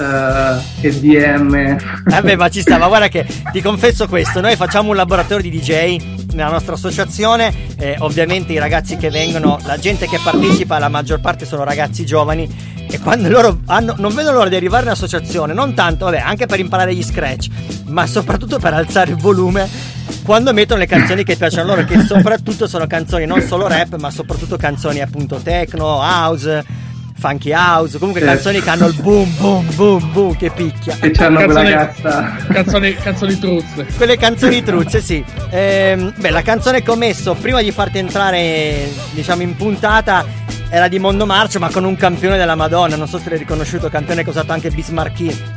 EDM. Ma ci sta, ma guarda che ti confesso questo, noi facciamo un laboratorio di DJ nella nostra associazione, ovviamente i ragazzi che vengono, la gente che partecipa, la maggior parte sono ragazzi giovani e quando loro non vedono l'ora di arrivare in associazione, non tanto, anche per imparare gli scratch, ma soprattutto per alzare il volume quando mettono le canzoni che piacciono a loro, che soprattutto sono canzoni non solo rap, ma soprattutto canzoni appunto techno, house, funky house, comunque canzoni che hanno il boom boom boom boom che picchia e c'hanno quella cazza canzoni truzze, quelle canzoni truzze, sì. La canzone che ho messo prima di farti entrare diciamo in puntata era di Mondo Marcio, ma con un campione della Madonna, non so se l'hai riconosciuto, campione che ha usato anche Bismarcky.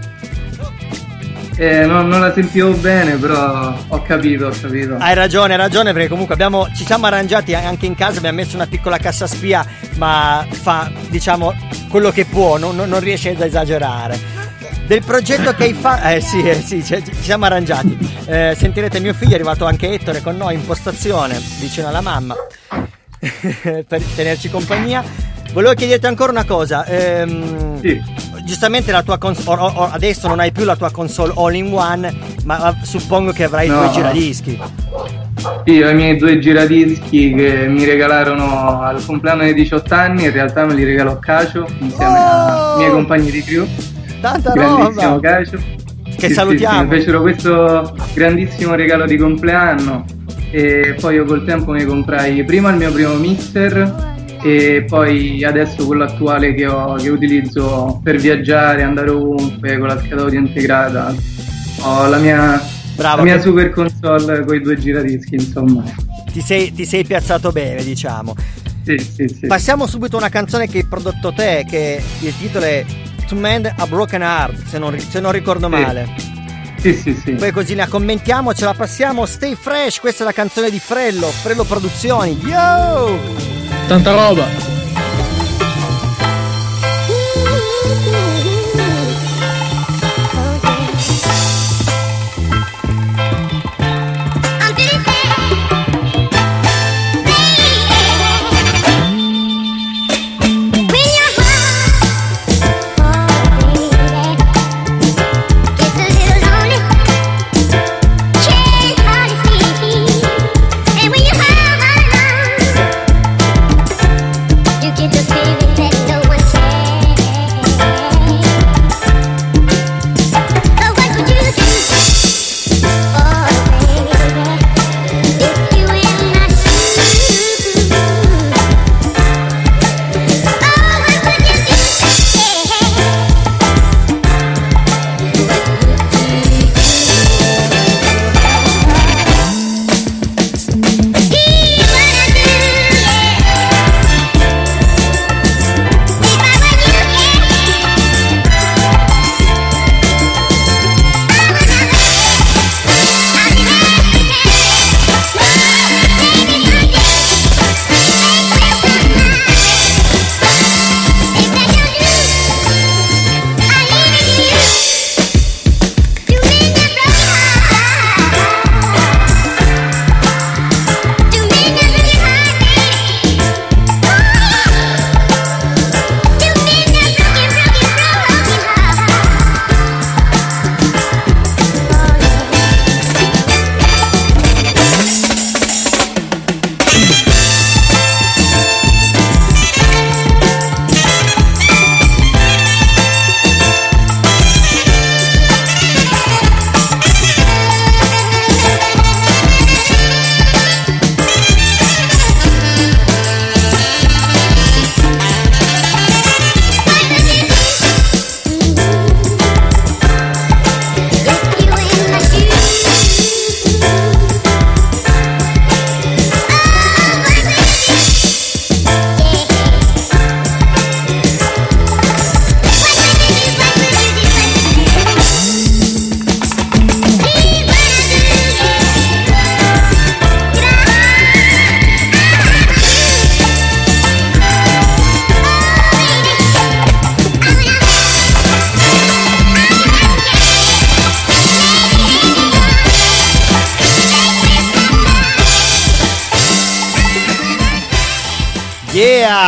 Non la sentivo bene, però ho capito. Hai ragione, perché comunque ci siamo arrangiati anche in casa, abbiamo messo una piccola cassa spia, ma fa, diciamo, quello che può, non riesce ad esagerare. Del progetto che hai fatto, ci siamo arrangiati. Sentirete mio figlio, è arrivato anche Ettore con noi in postazione, vicino alla mamma, per tenerci compagnia. Volevo chiederti ancora una cosa. Giustamente la tua console adesso non hai più la tua console all in one, ma suppongo che avrai due giradischi. Sì, ho i miei 2 giradischi che mi regalarono al compleanno dei 18 anni, in realtà me li regalò Cacio insieme ai miei compagni di crew. Tanta grandissimo roba. Cacio. Che salutiamo. Mi fecero questo grandissimo regalo di compleanno e poi io col tempo mi comprai prima il mio primo mixer e poi adesso quello attuale che utilizzo per viaggiare, andare ovunque con la scheda audio integrata. Ho la mia super console con i 2 giradischi, insomma. Ti sei piazzato bene, diciamo. Sì. Passiamo subito a una canzone che hai prodotto te, che il titolo è To Mend a Broken Heart, se non ricordo male. Sì. Poi così la commentiamo, ce la passiamo. Stay Fresh, questa è la canzone di Frello Produzioni. Yo! Tanta roba.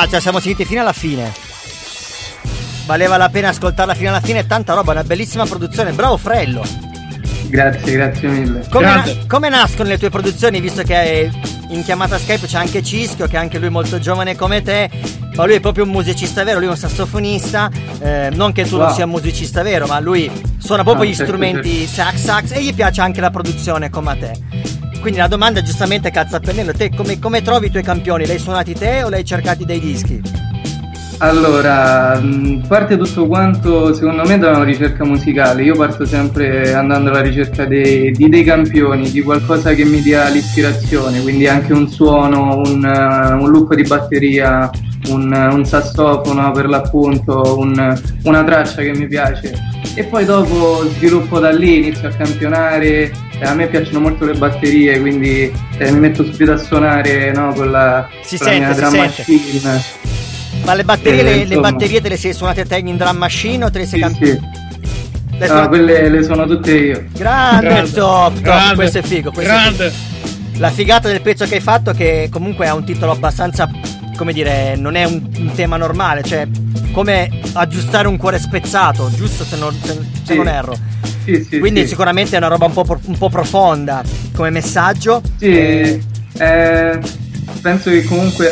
ce la siamo sentiti fino alla fine. Valeva la pena ascoltarla fino alla fine, tanta roba, una bellissima produzione, bravo Frello. Grazie mille. Come nascono le tue produzioni, visto che in chiamata Skype c'è anche Cischio, che anche lui è molto giovane come te, ma lui è proprio un musicista vero, lui è un sassofonista, non che tu non sia un musicista vero, ma lui suona proprio gli strumenti sax e gli piace anche la produzione come a te. Quindi la domanda giustamente cazzo a pennello, te come trovi i tuoi campioni? Li hai suonati te o li hai cercati dai dischi? Allora, parte tutto quanto secondo me da una ricerca musicale. Io parto sempre andando alla ricerca di dei campioni, di qualcosa che mi dia l'ispirazione, quindi anche un suono, un loop di batteria, un sassofono per l'appunto, una traccia che mi piace, e poi dopo sviluppo da lì, inizio a campionare. A me piacciono molto le batterie, quindi mi metto subito a suonare, no, con la mia drum machine. Ma le batterie te le sei suonate te in drum machine o te le sei Sì. No, quelle le suono tutte io. Grande. Top. Questo è figo. Grande. La figata del pezzo che hai fatto, che comunque ha un titolo abbastanza, come dire, non è un tema normale, cioè come aggiustare un cuore spezzato, giusto, se non erro. Sì, quindi sicuramente è una roba un po' profonda come messaggio. Sì, penso che comunque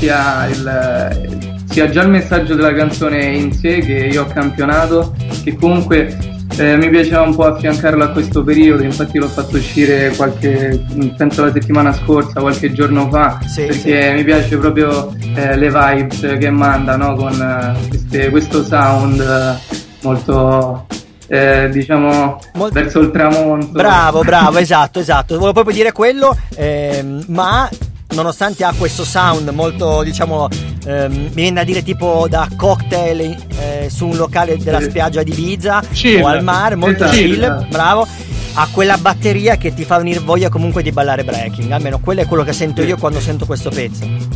sia già il messaggio della canzone in sé, che io ho campionato, che comunque mi piaceva un po' affiancarlo a questo periodo. Infatti l'ho fatto uscire penso la settimana scorsa, qualche giorno fa, perché mi piace proprio le vibes che manda, no? Con questo sound molto diciamo verso il tramonto. Bravo, esatto, volevo proprio dire quello, ma nonostante ha questo sound molto, diciamo, mi viene da dire tipo da cocktail su un locale della spiaggia di Ibiza o al mare, molto chill, bravo, ha quella batteria che ti fa venire voglia comunque di ballare breaking, almeno quello è quello che sento io quando sento questo pezzo.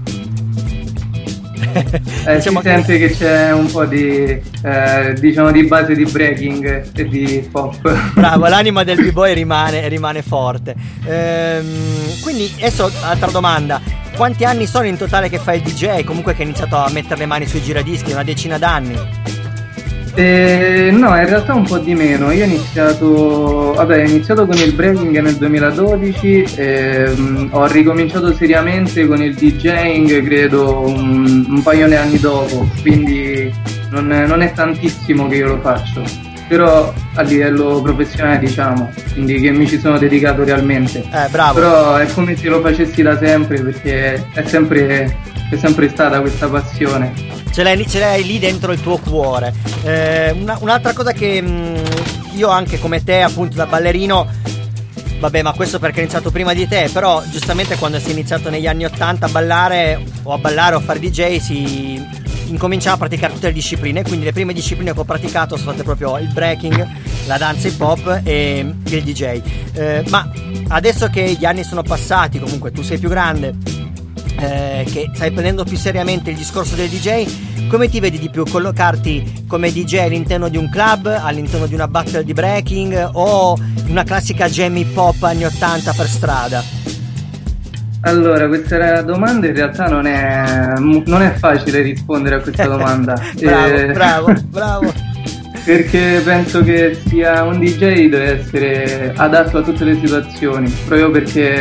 Diciamo si sente che c'è un po' di diciamo di base di breaking e di pop. Bravo, l'anima del b-boy rimane forte. Quindi adesso altra domanda: quanti anni sono in totale che fai il DJ? Comunque che hai iniziato a mettere le mani sui giradischi, una decina d'anni? No, in realtà un po' di meno. Io ho iniziato con il breaking nel 2012, ho ricominciato seriamente con il DJing credo un paio di anni dopo, quindi non è tantissimo che io lo faccio, però a livello professionale, diciamo, quindi che mi ci sono dedicato realmente. Bravo. Però è come se lo facessi da sempre, perché è sempre stata questa passione. Ce l'hai lì dentro il tuo cuore. Un'altra cosa che io anche come te, appunto, da ballerino, vabbè, ma questo perché ho iniziato prima di te, però giustamente quando si è iniziato negli anni 80 a ballare o a fare DJ si incominciava a praticare tutte le discipline, quindi le prime discipline che ho praticato sono state proprio il breaking, la danza hip hop e il DJ. Ma adesso che gli anni sono passati, comunque tu sei più grande, che stai prendendo più seriamente il discorso del DJ, come ti vedi di più? Collocarti come DJ all'interno di un club, all'interno di una battle di breaking o una classica jam hip hop anni 80 per strada? Allora, questa domanda in realtà non è facile rispondere a questa domanda. Bravo. Perché penso che sia un DJ deve essere adatto a tutte le situazioni, proprio perché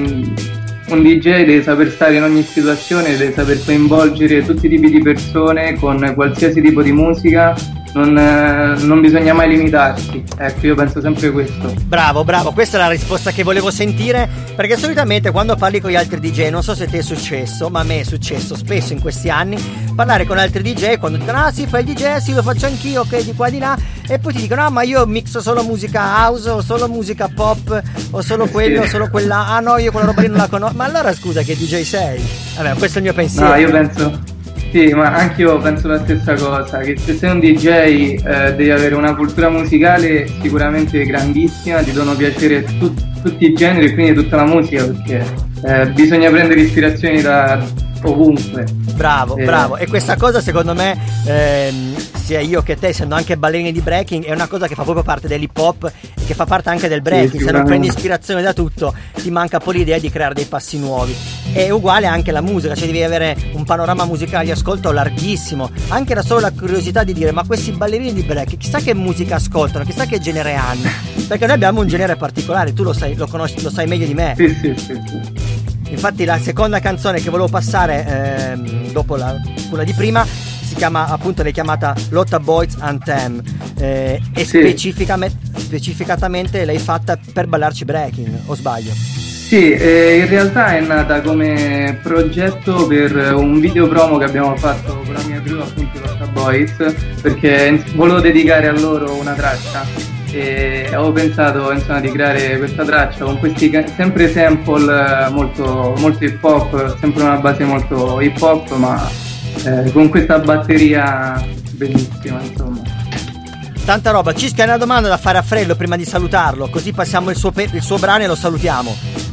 un DJ deve saper stare in ogni situazione, deve saper coinvolgere tutti i tipi di persone con qualsiasi tipo di musica, non bisogna mai limitarsi. Ecco, io penso sempre questo. Bravo, questa è la risposta che volevo sentire, perché solitamente quando parli con gli altri DJ, non so se ti è successo, ma a me è successo spesso in questi anni, parlare con altri DJ quando dicono ah sì, fai il DJ, sì, lo faccio anch'io, ok, di qua di là, e poi ti dicono ah ma io mixo solo musica house o solo musica pop o solo quello o solo quella, ah no, io quella roba lì non la conosco. Ma allora scusa, che DJ sei? Vabbè, questo è il mio pensiero. No, io penso sì, ma anch'io penso la stessa cosa, che se sei un DJ devi avere una cultura musicale sicuramente grandissima, ti devono piacere tutti i generi, quindi tutta la musica, perché bisogna prendere ispirazioni da ovunque. Bravo, e questa cosa secondo me sia io che te, essendo anche ballerini di breaking, è una cosa che fa proprio parte dell'hip hop e che fa parte anche del breaking. Se non prendi ispirazione da tutto, ti manca poi l'idea di creare dei passi nuovi. È uguale anche la musica, cioè devi avere un panorama musicale di ascolto larghissimo, anche da solo la curiosità di dire: ma questi ballerini di break chissà che musica ascoltano, chissà che genere hanno, perché noi abbiamo un genere particolare, tu lo sai, lo conosci, lo sai meglio di me. Sì. Infatti la seconda canzone che volevo passare dopo quella di prima si chiama, appunto, l'hai chiamata Lotta Boys Anthem, e specificatamente l'hai fatta per ballarci breaking, o sbaglio? Sì, in realtà è nata come progetto per un video promo che abbiamo fatto con la mia crew, appunto Lotta Boys, perché volevo dedicare a loro una traccia e avevo pensato, insomma, di creare questa traccia con questi sempre sample molto hip hop, sempre una base molto hip hop, ma con questa batteria bellissima, insomma. Tanta roba. Cisca, hai una domanda da fare a Frello prima di salutarlo, così passiamo il suo brano e lo salutiamo.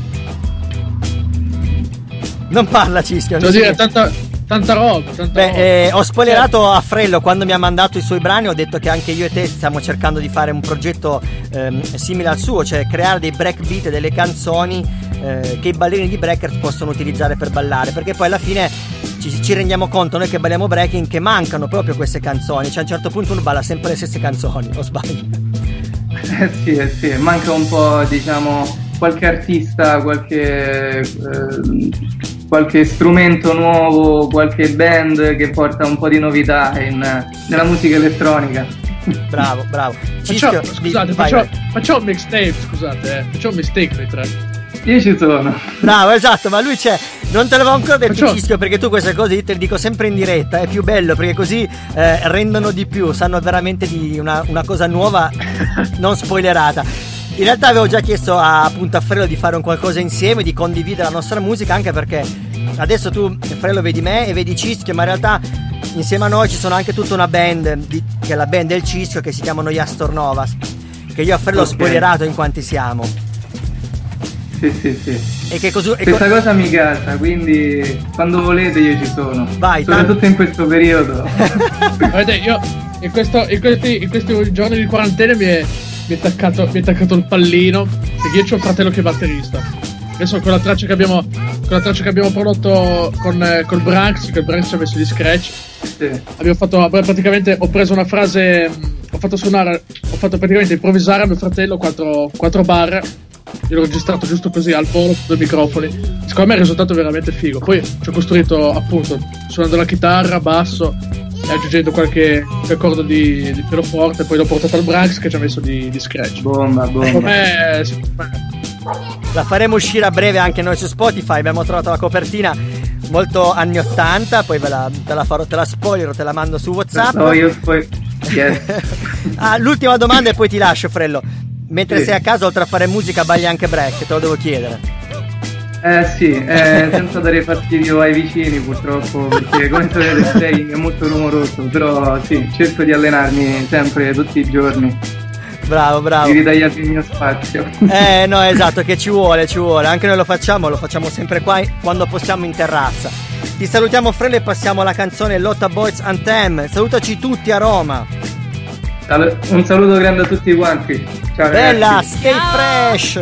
Non parla, Cisca. Devo dire tanta roba. Ho spoilerato a Frello quando mi ha mandato i suoi brani. Ho detto che anche io e te stiamo cercando di fare un progetto simile al suo, cioè creare dei breakbeat, delle canzoni che i ballerini di breakers possono utilizzare per ballare, perché poi alla fine ci rendiamo conto, noi che balliamo breaking, che mancano proprio queste canzoni, cioè a un certo punto uno balla sempre le stesse canzoni, o sbaglio? Sì, manca un po', diciamo, qualche artista, qualche strumento nuovo, qualche band che porta un po' di novità nella musica elettronica. Bravo. Facciamo un mixtape, scusate, facciamo un mixtape noi tre. Io ci sono. Bravo, esatto, ma lui c'è. Non te l'avevo ancora detto, Cischio, perché tu queste cose te le dico sempre in diretta. È più bello perché così rendono di più, sanno veramente di una cosa nuova, non spoilerata. In realtà avevo già chiesto appunto a Frello di fare un qualcosa insieme, di condividere la nostra musica, anche perché adesso tu, Frello, vedi me e vedi Cischio, ma in realtà insieme a noi ci sono anche tutta una band che è la band del Cischio, che si chiamano gli Astor Novas, che io a Frello ho spoilerato in quanti siamo. Sì. E che questa cosa mi casa, quindi quando volete io ci sono. Vai, soprattutto in questo periodo. Guardate, io in questi giorni di quarantena mi è attaccato il pallino, perché io c'ho un fratello che è batterista. Adesso con la traccia che abbiamo prodotto col Branks, che il Branks ci ha messo di scratch. Sì. Praticamente ho preso una frase, ho fatto praticamente improvvisare a mio fratello quattro barre. Io l'ho registrato giusto così al volo con due microfoni. Secondo me è il risultato veramente figo. Poi ci ho costruito, appunto, suonando la chitarra, basso e aggiungendo qualche accordo di pianoforte. Poi l'ho portato al Branks che ci ha messo di scratch. Bomba. La faremo uscire a breve anche noi su Spotify. Abbiamo trovato la copertina molto anni 80. Poi te la spoilerò, te la mando su WhatsApp. No, io poi yes. L'ultima domanda e poi ti lascio, Frello. Mentre sei a casa, oltre a fare musica, balli anche break? Te lo devo chiedere. Senza dare fastidio ai vicini, purtroppo, perché come sapete è molto rumoroso, però sì, cerco di allenarmi sempre, tutti i giorni. Bravo. Di ritagliarmi il mio spazio. No, esatto, che ci vuole. Anche noi lo facciamo sempre qua quando possiamo in terrazza. Ti salutiamo, Frello, e passiamo alla canzone Lotta Boys Anthem. Salutaci tutti a Roma. Un saluto grande a tutti quanti. Ciao, bella, ragazzi. stay fresh.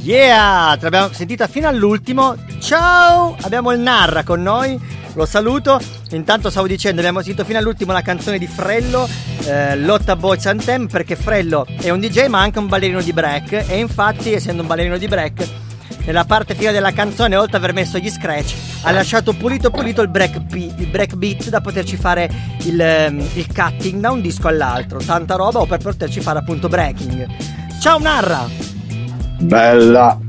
Yeah, te l'abbiamo sentita fino all'ultimo. Ciao, abbiamo il Narra con noi, lo saluto. Intanto stavo dicendo, abbiamo sentito fino all'ultimo la canzone di Frello, Lotta Boys Anthem, perché Frello è un DJ ma anche un ballerino di break, e infatti, essendo un ballerino di break, nella parte finale della canzone, oltre ad aver messo gli scratch, ha lasciato pulito il break beat da poterci fare il cutting da un disco all'altro. Tanta roba, o per poterci fare appunto breaking. Ciao Narra! Bella.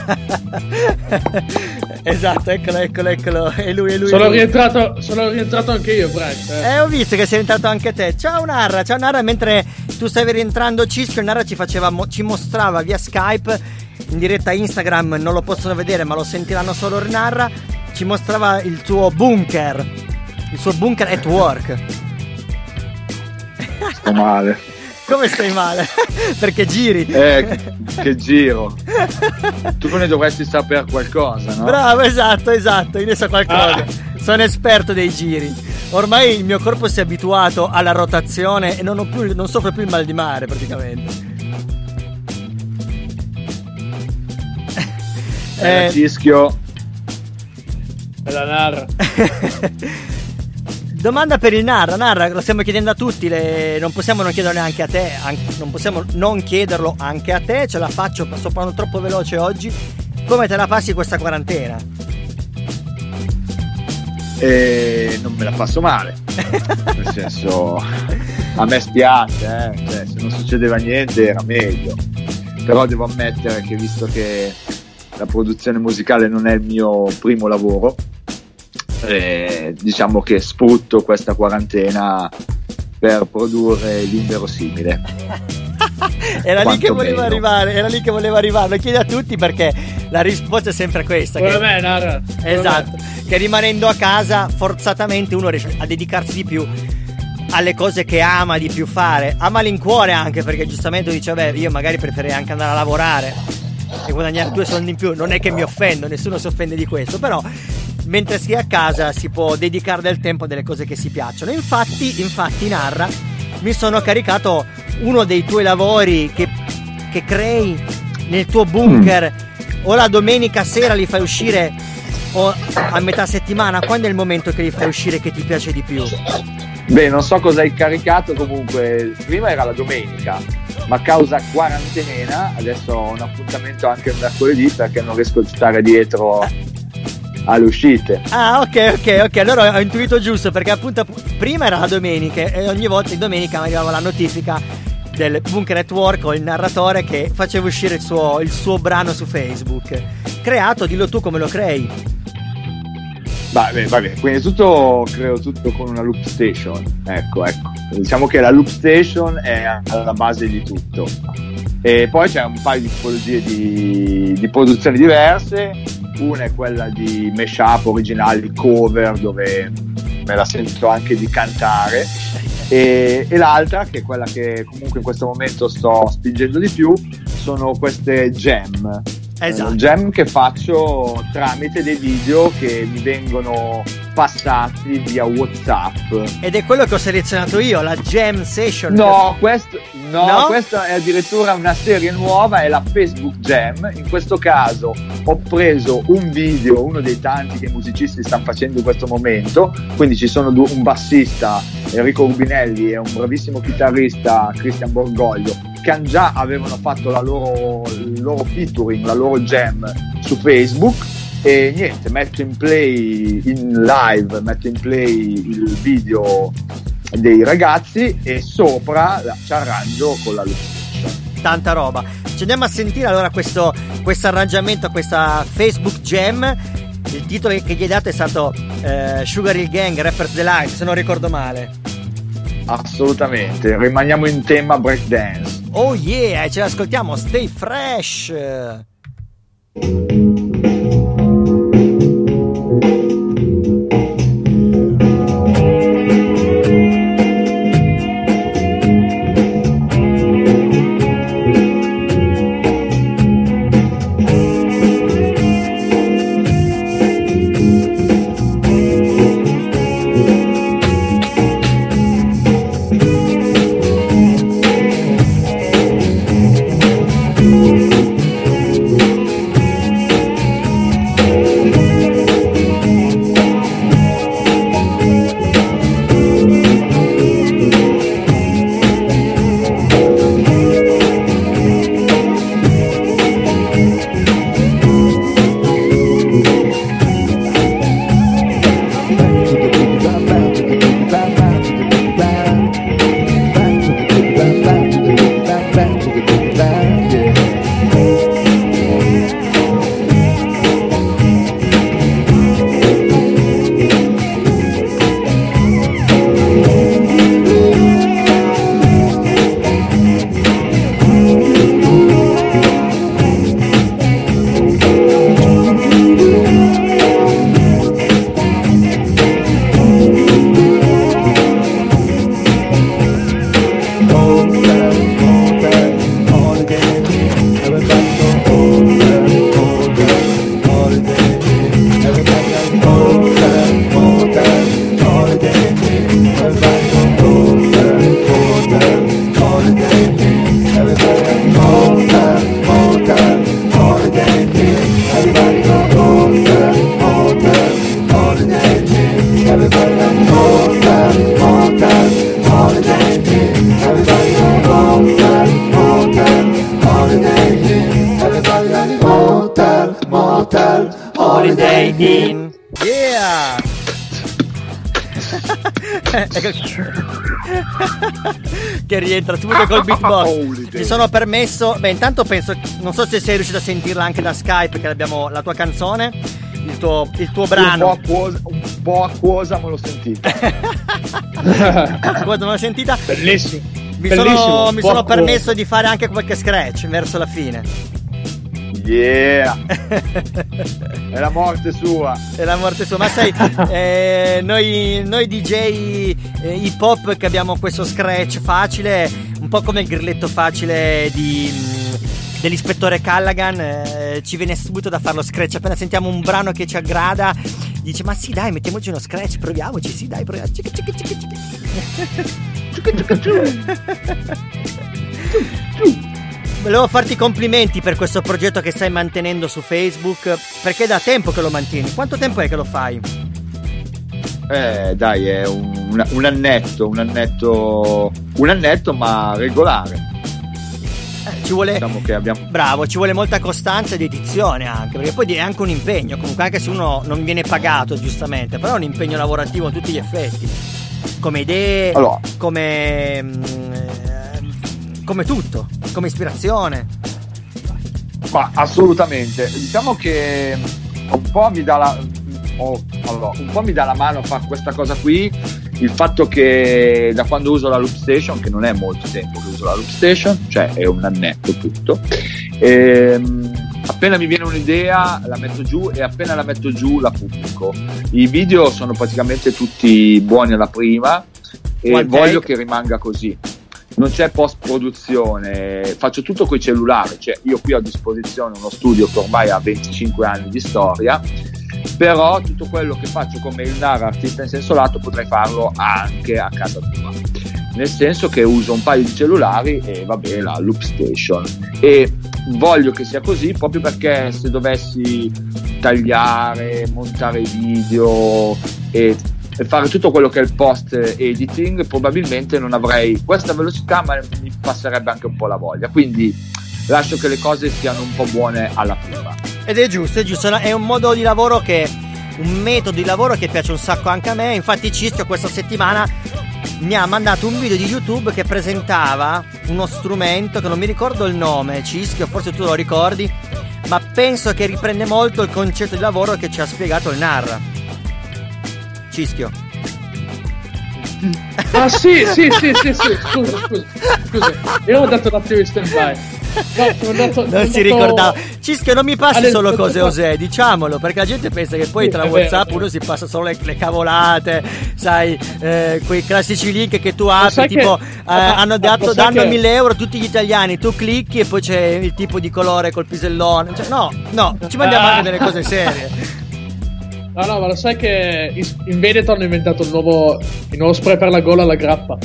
Esatto, eccolo. È lui. Sono rientrato anche io, Break. Ho visto che sei entrato anche te. Ciao Narra, mentre tu stavi rientrando Cischio, Narra ci mostrava via Skype, in diretta Instagram non lo possono vedere ma lo sentiranno solo Narra, ci mostrava il suo bunker at work. Sto male. Come stai male? Perché giri? Che giro. Tu ne dovresti sapere qualcosa, no? Bravo, esatto, io ne so qualcosa. Sono esperto dei giri. Ormai il mio corpo si è abituato alla rotazione e non soffro più il mal di mare praticamente. Cischio. Bella Narra. Domanda per il Narra, lo stiamo chiedendo a tutti, non possiamo non chiederlo neanche a te, non possiamo non chiederlo anche a te, ce la faccio, sto parlando troppo veloce oggi. Come te la passi questa quarantena? Non me la passo male, nel senso, a me spiace, cioè, se non succedeva niente era meglio, però devo ammettere che, visto che la produzione musicale non è il mio primo lavoro, diciamo che sfrutto questa quarantena per produrre l'inverosimile. Era lì che voleva arrivare, lo chiedi a tutti perché la risposta è sempre questa. Esatto, che rimanendo a casa forzatamente uno riesce a dedicarsi di più alle cose che ama di più fare, a malincuore anche, perché giustamente dice vabbè, io magari preferirei anche andare a lavorare e guadagnare 2 soldi in più, non è che mi offendo, nessuno si offende di questo, però mentre si è a casa si può dedicare del tempo a delle cose che si piacciono. Infatti Narra, mi sono caricato uno dei tuoi lavori che crei nel tuo bunker, o la domenica sera li fai uscire o a metà settimana. Quando è il momento che li fai uscire che ti piace di più? Beh, non so cosa hai caricato, comunque prima era la domenica, ma a causa quarantena adesso ho un appuntamento anche il mercoledì perché non riesco a stare dietro alle uscite. Ok, allora ho intuito giusto, perché appunto prima era la domenica e ogni volta di domenica mi arrivava la notifica del Bunker at Work o il narratore che faceva uscire il suo brano su Facebook. Creato, dillo tu come lo crei. Vabbè, quindi creo tutto con una loop station. Ecco. Diciamo che la loop station è alla base di tutto. E poi c'è un paio di tipologie di produzioni diverse. Una è quella di mashup originali, cover, dove me la sento anche di cantare, e l'altra, che è quella che comunque in questo momento sto spingendo di più, sono queste jam. Esatto. Jam che faccio tramite dei video che mi vengono passati via WhatsApp. Ed è quello che ho selezionato io, la Jam Session. No, questa è addirittura una serie nuova, è la Facebook Jam. In questo caso ho preso un video, uno dei tanti che i musicisti stanno facendo in questo momento, quindi ci sono un bassista, Enrico Rubinelli, e un bravissimo chitarrista, Cristian Borgoglio, che già avevano fatto il loro featuring, la loro jam su Facebook. E niente, metto in play il video dei ragazzi e sopra ci arrangio con la loop station. Tanta roba. Ci andiamo a sentire allora questo arrangiamento, questa Facebook Jam. Il titolo che gli hai dato è stato Sugar Hill Gang, Rapper's Delight, se non ricordo male. Assolutamente, rimaniamo in tema breakdance. Oh yeah, ce l'ascoltiamo, stay fresh. Dean. Yeah! Che rientra subito col beatbox. Mi sono permesso. Beh, intanto penso. Non so se sei riuscito a sentirla anche da Skype, che abbiamo la tua canzone, il tuo brano. Un po' acquosa, ma l'ho sentita. Acquosa, ma l'ho sentita. Bellissimo. Mi sono permesso di fare anche qualche scratch verso la fine. Yeah! È la morte sua. È la morte sua. Ma sai, noi DJ hip hop che abbiamo questo scratch facile, un po' come il grilletto facile dell'ispettore Callaghan, ci viene subito da fare lo scratch. Appena sentiamo un brano che ci aggrada, dice: ma sì, dai, mettiamoci uno scratch, proviamoci, sì, dai, proviamoci. Volevo farti i complimenti per questo progetto che stai mantenendo su Facebook, perché è da tempo che lo mantieni. Quanto tempo è che lo fai? Dai, è un annetto, ma regolare. Ci vuole, diciamo che abbiamo... Bravo, ci vuole molta costanza e dedizione anche, perché poi è anche un impegno, comunque, anche se uno non viene pagato giustamente, però è un impegno lavorativo a tutti gli effetti, come idee, allora, come tutto, come ispirazione. Ma assolutamente, diciamo che un po' mi dà la mano a fare questa cosa qui il fatto che da quando uso la Loop Station, che non è molto tempo che uso la Loop Station, cioè è un annetto tutto, appena mi viene un'idea la metto giù e appena la metto giù la pubblico. I video sono praticamente tutti buoni alla prima e voglio che rimanga così. Non c'è post produzione, faccio tutto coi cellulari, cioè io qui ho a disposizione uno studio che ormai ha 25 anni di storia, però tutto quello che faccio come il Nara artista in senso lato potrei farlo anche a casa tua, nel senso che uso un paio di cellulari e vabbè, la Loop Station, e voglio che sia così proprio perché se dovessi tagliare, montare video e fare tutto quello che è il post editing probabilmente non avrei questa velocità, ma mi passerebbe anche un po' la voglia, quindi lascio che le cose siano un po' buone alla prima. Ed è giusto, è un modo di lavoro un metodo di lavoro che piace un sacco anche a me. Infatti Cischio questa settimana mi ha mandato un video di YouTube che presentava uno strumento che non mi ricordo il nome. Cischio, forse tu lo ricordi, ma penso che riprende molto il concetto di lavoro che ci ha spiegato il Narra. Cischio. Ah sì, scusa. Io ho dato un attimo di stand by. Non si ricordava. Cischio, non mi passi solo cose osè, diciamolo, perché la gente pensa che poi tra WhatsApp uno si passa solo le cavolate, sai, quei classici link che tu apri, tipo danno 1.000 euro tutti gli italiani, tu clicchi e poi c'è il tipo di colore col pisellone, cioè, no, ci mandiamo anche delle cose serie. No, ma lo sai che in Veneto hanno inventato il nuovo spray per la gola alla grappa.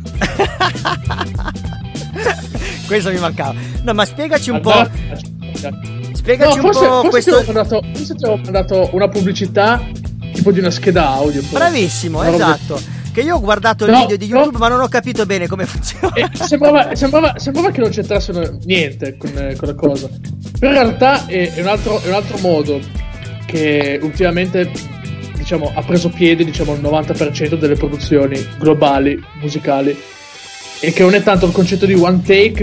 Questo mi mancava. No, ma spiegaci un po'. Spiegaci un po' questo. Forse ti avevo mandato una pubblicità tipo di una scheda audio. Bravissimo, esatto. Che io ho guardato il video di YouTube, ma non ho capito bene come funziona. Sembrava che non c'entrassero niente con la cosa. Però in realtà è un altro modo che ultimamente, diciamo, ha preso piede, diciamo, il 90% delle produzioni globali musicali, e che non è tanto il concetto di one take,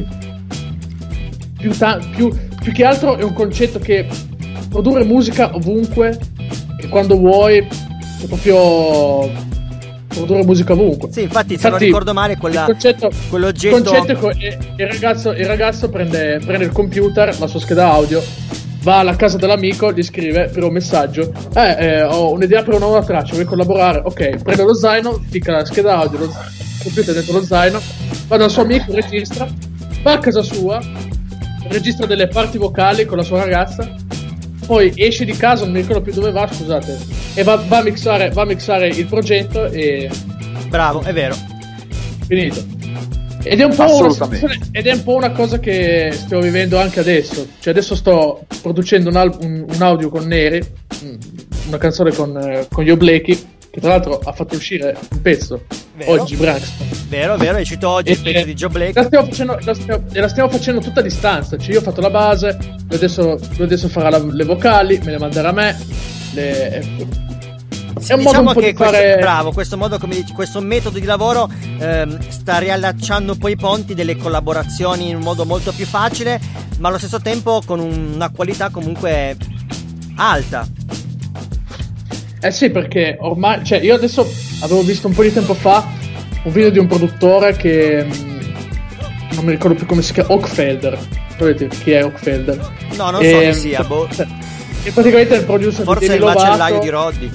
più che altro è un concetto che produrre musica ovunque e quando vuoi, cioè proprio produrre musica ovunque. Sì, infatti se non ricordo male quell'oggetto. Il concetto è il ragazzo prende il computer, la sua scheda audio, va alla casa dell'amico, gli scrive per un messaggio: ho un'idea per una nuova traccia, vuoi collaborare? Ok, prende lo zaino, ficca la scheda audio, il computer dentro lo zaino, va dal suo amico, registra, va a casa sua, registra delle parti vocali con la sua ragazza, poi esce di casa, non mi ricordo più dove va, scusate, e va a mixare il progetto e... Bravo, è vero. Finito. Ed è un po' una cosa che stiamo vivendo anche adesso. Cioè adesso sto producendo un audio con Neri, una canzone con Yo Blakey, che tra l'altro ha fatto uscire un pezzo oggi, Braxton. Vero, è uscito oggi il pezzo di Joe Blakey. La stiamo facendo tutta a distanza. Cioè io ho fatto la base, lui adesso farà le vocali, me le manderà a me. È un diciamo modo un po' che di fare... bravo, questo modo, come dici, questo metodo di lavoro sta riallacciando poi i ponti delle collaborazioni in un modo molto più facile, ma allo stesso tempo con una qualità comunque alta. Sì, perché ormai, cioè, io adesso avevo visto un po' di tempo fa un video di un produttore che non mi ricordo più come si chiama, Oakfelder. Sapete chi è Oakfelder? No, non so chi sia, boh. E praticamente il producer forse di è il macellaio di Roddy.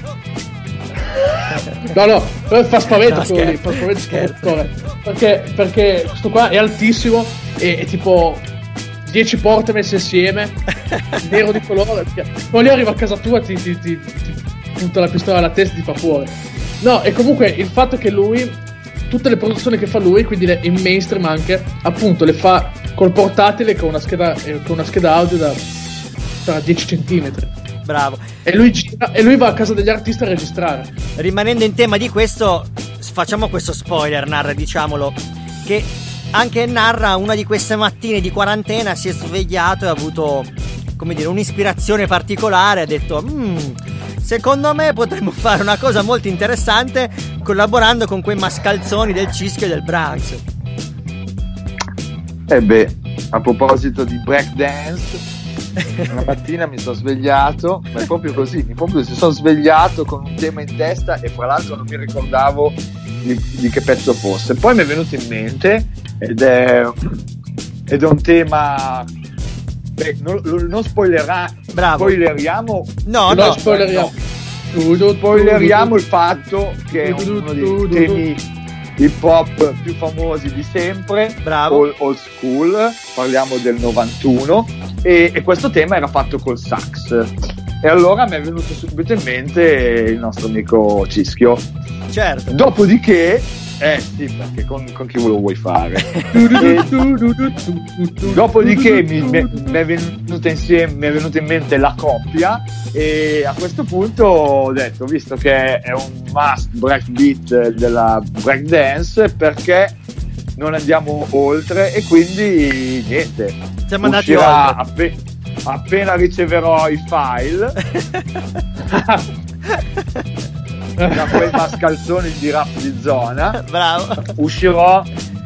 No, però fa spavento, no, quello lì, fa spavento perché questo qua è altissimo e tipo 10 porte messe insieme, nero di colore. Quando lì arriva a casa tua ti punta la pistola alla testa e ti fa fuori. No, e comunque il fatto che lui, tutte le produzioni che fa lui, quindi in mainstream anche, appunto le fa col portatile con una scheda audio da 10 centimetri. Bravo. E lui gira e lui va a casa degli artisti a registrare. Rimanendo in tema di questo, facciamo questo spoiler, Narra, diciamolo, che anche Narra una di queste mattine di quarantena si è svegliato e ha avuto, come dire, un'ispirazione particolare, ha detto secondo me potremmo fare una cosa molto interessante collaborando con quei mascalzoni del Cischio e del Bronx. A proposito di breakdance, una mattina mi sono svegliato, ma è proprio così, mi sono svegliato con un tema in testa e fra l'altro non mi ricordavo di che pezzo fosse. Poi mi è venuto in mente ed è un tema, non spoileriamo. No, spoileriamo. Spoileriamo il fatto che è uno dei temi hip hop più famosi di sempre. Bravo. Old school, parliamo del 91 e questo tema era fatto col sax e allora mi è venuto subito in mente il nostro amico Cischio. Certo. Dopodiché sì, perché con chi lo vuoi fare? Dopodiché mi è venuta in mente la coppia e a questo punto ho detto, visto che è un must breakbeat della breakdance, perché non andiamo oltre? E quindi niente, siamo andati oltre. Appena riceverò i file da quei mascalzoni di rap di zona, bravo, uscirò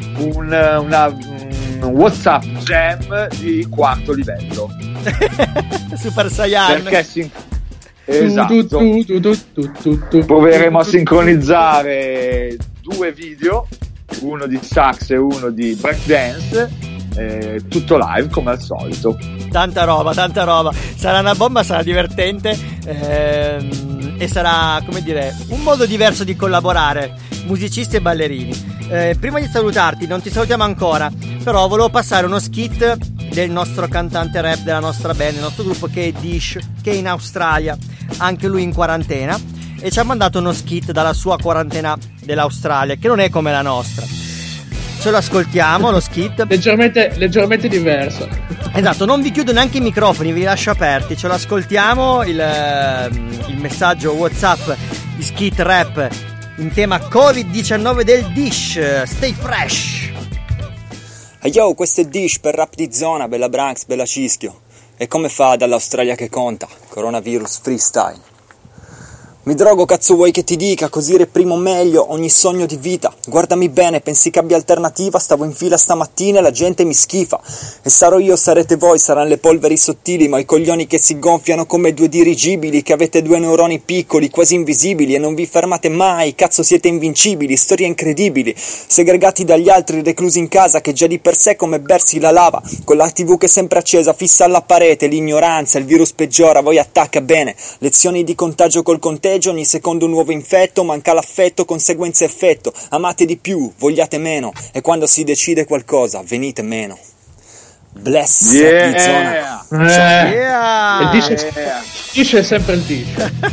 un WhatsApp Jam di quarto livello. Super Saiyan. Perché esatto, proveremo a sincronizzare 2 video, uno di sax e uno di breakdance, tutto live come al solito. Tanta roba, sarà una bomba, sarà divertente e sarà, come dire, un modo diverso di collaborare, musicisti e ballerini. Prima di salutarti, non ti salutiamo ancora, però volevo passare uno skit del nostro cantante rap della nostra band, del nostro gruppo, che è Dish, che è in Australia, anche lui in quarantena, e ci ha mandato uno skit dalla sua quarantena dell'Australia, che non è come la nostra. Ce lo ascoltiamo, lo skit leggermente diverso. Esatto, non vi chiudo neanche i microfoni, vi lascio aperti. Ce lo ascoltiamo, il messaggio WhatsApp di skit rap in tema Covid-19 del Dish. Stay fresh. Hey yo, questo è Dish per rap di zona, bella Branx, bella Cischio. E come fa dall'Australia che conta? Coronavirus freestyle. Mi drogo, cazzo vuoi che ti dica, così reprimo meglio ogni sogno di vita. Guardami bene, pensi che abbia alternativa? Stavo in fila stamattina e la gente mi schifa. E sarò io, sarete voi, saranno le polveri sottili, ma i coglioni che si gonfiano come 2 dirigibili, che avete 2 neuroni piccoli, quasi invisibili, e non vi fermate mai, cazzo siete invincibili, storie incredibili, segregati dagli altri, reclusi in casa, che già di per sé come bersi la lava, con la TV che è sempre accesa, fissa alla parete, l'ignoranza, il virus peggiora, voi attacca bene, lezioni di contagio col conteggio, ogni secondo un nuovo infetto, manca l'affetto, conseguenza effetto, amate di più, vogliate meno, e quando si decide qualcosa, venite meno. Bless di zona. Il Dish è sempre il Dish.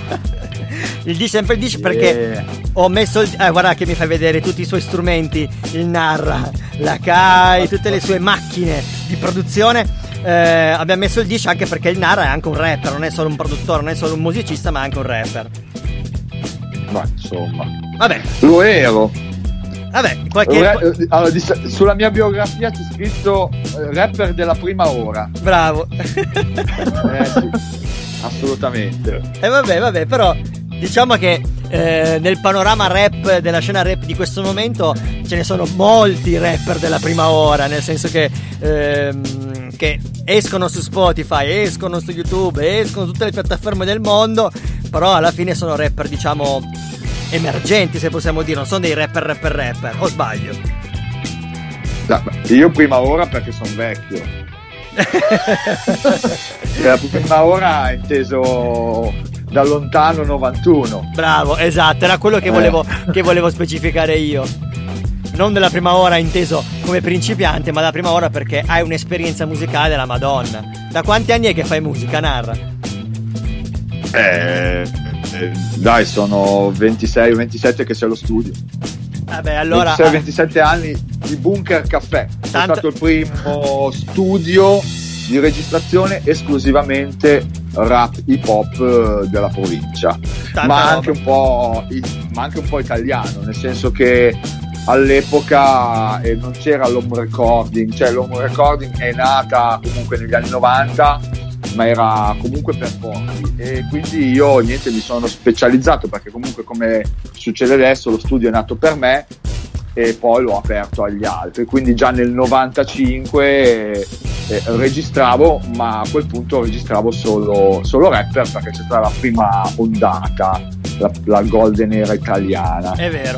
Il Dish è sempre il Dish perché ho messo guarda che mi fa vedere tutti i suoi strumenti, il Narra, la Kai, tutte le sue macchine di produzione. Abbiamo messo il Dish anche perché il Narra è anche un rapper, non è solo un produttore, non è solo un musicista, ma anche un rapper. Ma insomma, vabbè, lo ero. Vabbè, allora, sulla mia biografia c'è scritto rapper della prima ora. Bravo. Sì. assolutamente. E vabbè, però diciamo che nel panorama rap, della scena rap di questo momento, ce ne sono molti rapper della prima ora, nel senso che escono su Spotify, escono su YouTube, escono su tutte le piattaforme del mondo, però alla fine sono rapper, diciamo, emergenti, se possiamo dire, non sono dei rapper, o sbaglio? Io prima ora perché sono vecchio. La prima ora inteso da lontano 91. Bravo, esatto, era quello che volevo specificare io. Non della prima ora inteso come principiante, ma della prima ora perché hai un'esperienza musicale della Madonna. Da quanti anni è che fai musica, Narra? Dai, sono 26 o 27 che c'è lo studio. Vabbè, allora 26-27 anni di Bunker Caffè. È stato il primo studio di registrazione esclusivamente rap hip hop della provincia, ma anche un po' italiano, nel senso che all'epoca non c'era l'home recording, cioè l'home recording è nata comunque negli anni 90, ma era comunque per pochi, e quindi io mi sono specializzato, perché comunque, come succede adesso, lo studio è nato per me e poi l'ho aperto agli altri, quindi già nel 95 registravo, ma a quel punto registravo solo rapper, perché c'è stata la prima ondata, la golden era italiana. È vero.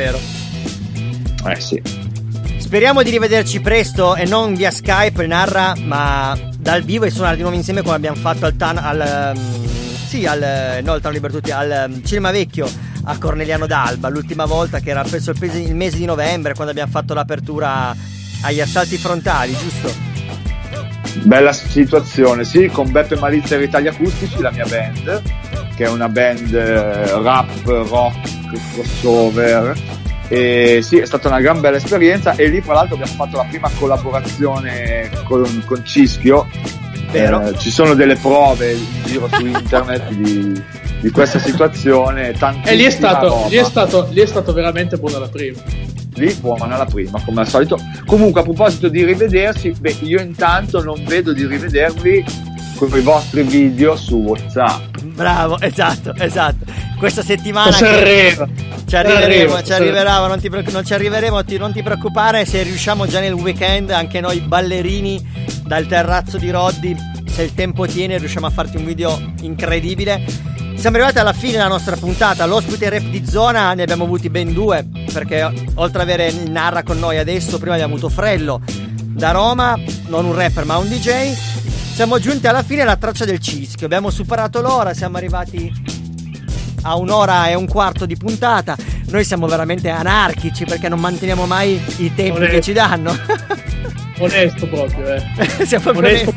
Sì. Speriamo di rivederci presto, e non via Skype, Narra, ma dal vivo, e suonare di nuovo insieme come abbiamo fatto al Tano Libertuti, al Cinema Vecchio a Corneliano d'Alba, l'ultima volta, che era presso il mese di novembre, quando abbiamo fatto l'apertura agli Assalti Frontali, giusto? Bella situazione, sì, con Beppe Malizia e Ritagli Acustici, la mia band, che è una band rap, rock, crossover. E sì, è stata una gran bella esperienza, e lì fra l'altro abbiamo fatto la prima collaborazione con Cischio. Ci sono delle prove in giro su internet di questa situazione, e lì è stato veramente buona la prima. Lì buona la prima, come al solito. Comunque, a proposito di rivedersi, io intanto non vedo di rivedervi con i vostri video su WhatsApp. Bravo, esatto. Questa settimana ci arriveremo, non ci arriveremo, non ti preoccupare, se riusciamo già nel weekend, anche noi ballerini dal terrazzo di Roddi, se il tempo tiene, riusciamo a farti un video incredibile. Siamo arrivati alla fine della nostra puntata. L'ospite rap di zona ne abbiamo avuti ben due, perché oltre ad avere il Narra con noi adesso, prima abbiamo avuto Frello da Roma, non un rapper ma un DJ. Siamo giunti alla fine alla traccia del Cischio, abbiamo superato l'ora, siamo arrivati a 1 ora e un quarto di puntata. Noi siamo veramente anarchici, perché non manteniamo mai i tempi che ci danno. Onesto proprio, siamo onesto.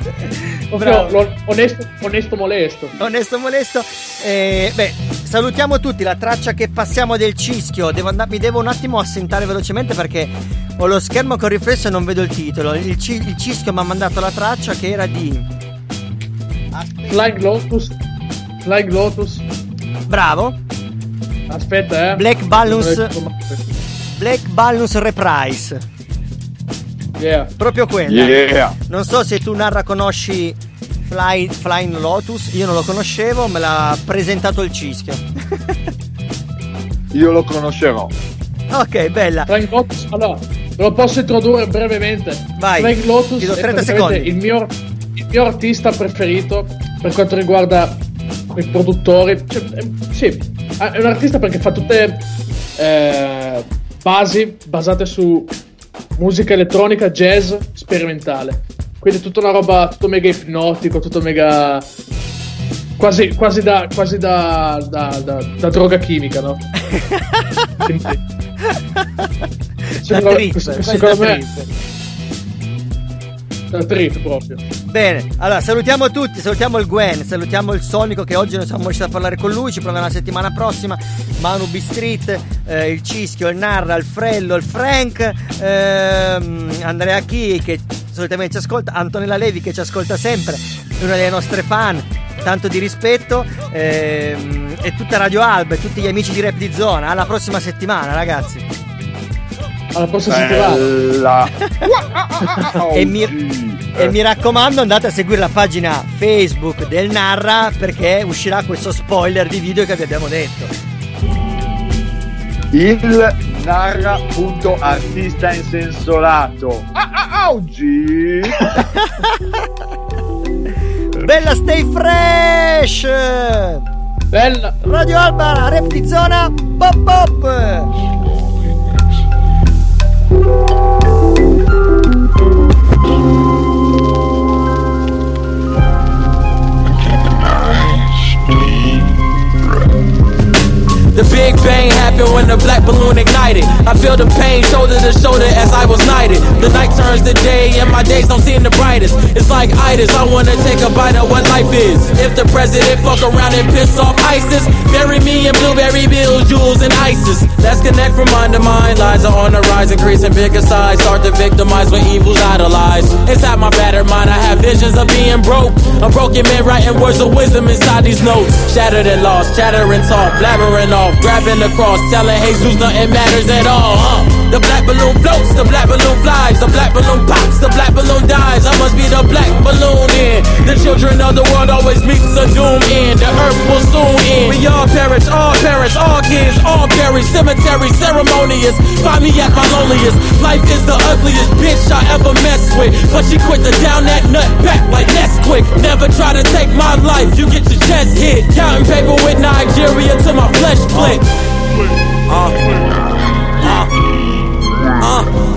Onesto molesto. Salutiamo tutti. La traccia che passiamo del Cischio, mi devo un attimo assentare velocemente, perché ho lo schermo con riflesso e non vedo il titolo. Il Cischio mi ha mandato la traccia che era di Flying Lotus. Bravo. Aspetta, Black Balloons Reprise. Yeah. Proprio quella. Yeah. Non so se tu, Narra, conosci Flying Lotus. Io non lo conoscevo, me l'ha presentato il Cischio. Io lo conoscerò. Ok, bella. Flying Lotus, allora, lo posso introdurre brevemente. Vai. Flying Lotus ti do 30 è secondi. Il mio artista preferito per quanto riguarda i produttori. Sì, è un artista perché fa tutte basate su musica elettronica, jazz, sperimentale. Quindi tutta una roba, tutto mega ipnotico, tutto mega quasi da droga chimica, no? Quindi, secondo me da trip proprio. Bene, allora salutiamo tutti, salutiamo il Gwen, salutiamo il Sonico, che oggi non siamo riusciti a parlare con lui, ci proviamo la settimana prossima. Manu B Street, il Cischio, il Narra, il Frello, il Frank, Andrea Chi, che solitamente ci ascolta, Antonella Levi, che ci ascolta sempre, una delle nostre fan, tanto di rispetto, e tutta Radio Alba e tutti gli amici di Rap di Zona. Alla prossima settimana, ragazzi. Alla prossima settimana. E mi raccomando, andate a seguire la pagina Facebook del Narra, perché uscirà questo spoiler di video che vi abbiamo detto. Il Narra.artista insensolato. Oggi Bella, stay fresh. Bella Radio Alba, rap di zona, pop pop. The Big Bang happened when the black balloon ignited. I feel the pain shoulder to shoulder as I was knighted. The night turns to day and my days don't seem the brightest. It's like itis, I wanna take a bite of what life is. If the president fuck around and piss off ISIS, bury me in blueberry bills, jewels and ISIS. Let's connect from mind to mind. Lies are on the rise, increasing bigger size. Start to victimize when evil's idolized. Inside my battered mind I have visions of being broke. A broken man writing words of wisdom inside these notes. Shattered and lost, chattering talk, blabbering off, grabbing the cross, telling Jesus nothing matters at all. The black balloon floats, the black balloon flies, the black balloon pops, the black balloon dies. I must be the black balloon in. The children of the world always meets the doom end. The earth will soon end. We all perish, all parents, all kids, all perish. Cemetery ceremonious, find me at my loneliest. Life is the ugliest bitch I ever messed with, but she quit to down that nut back like Nesquik. Never try to take my life, you get your chest hit. Counting paper with Nigeria till my flesh split.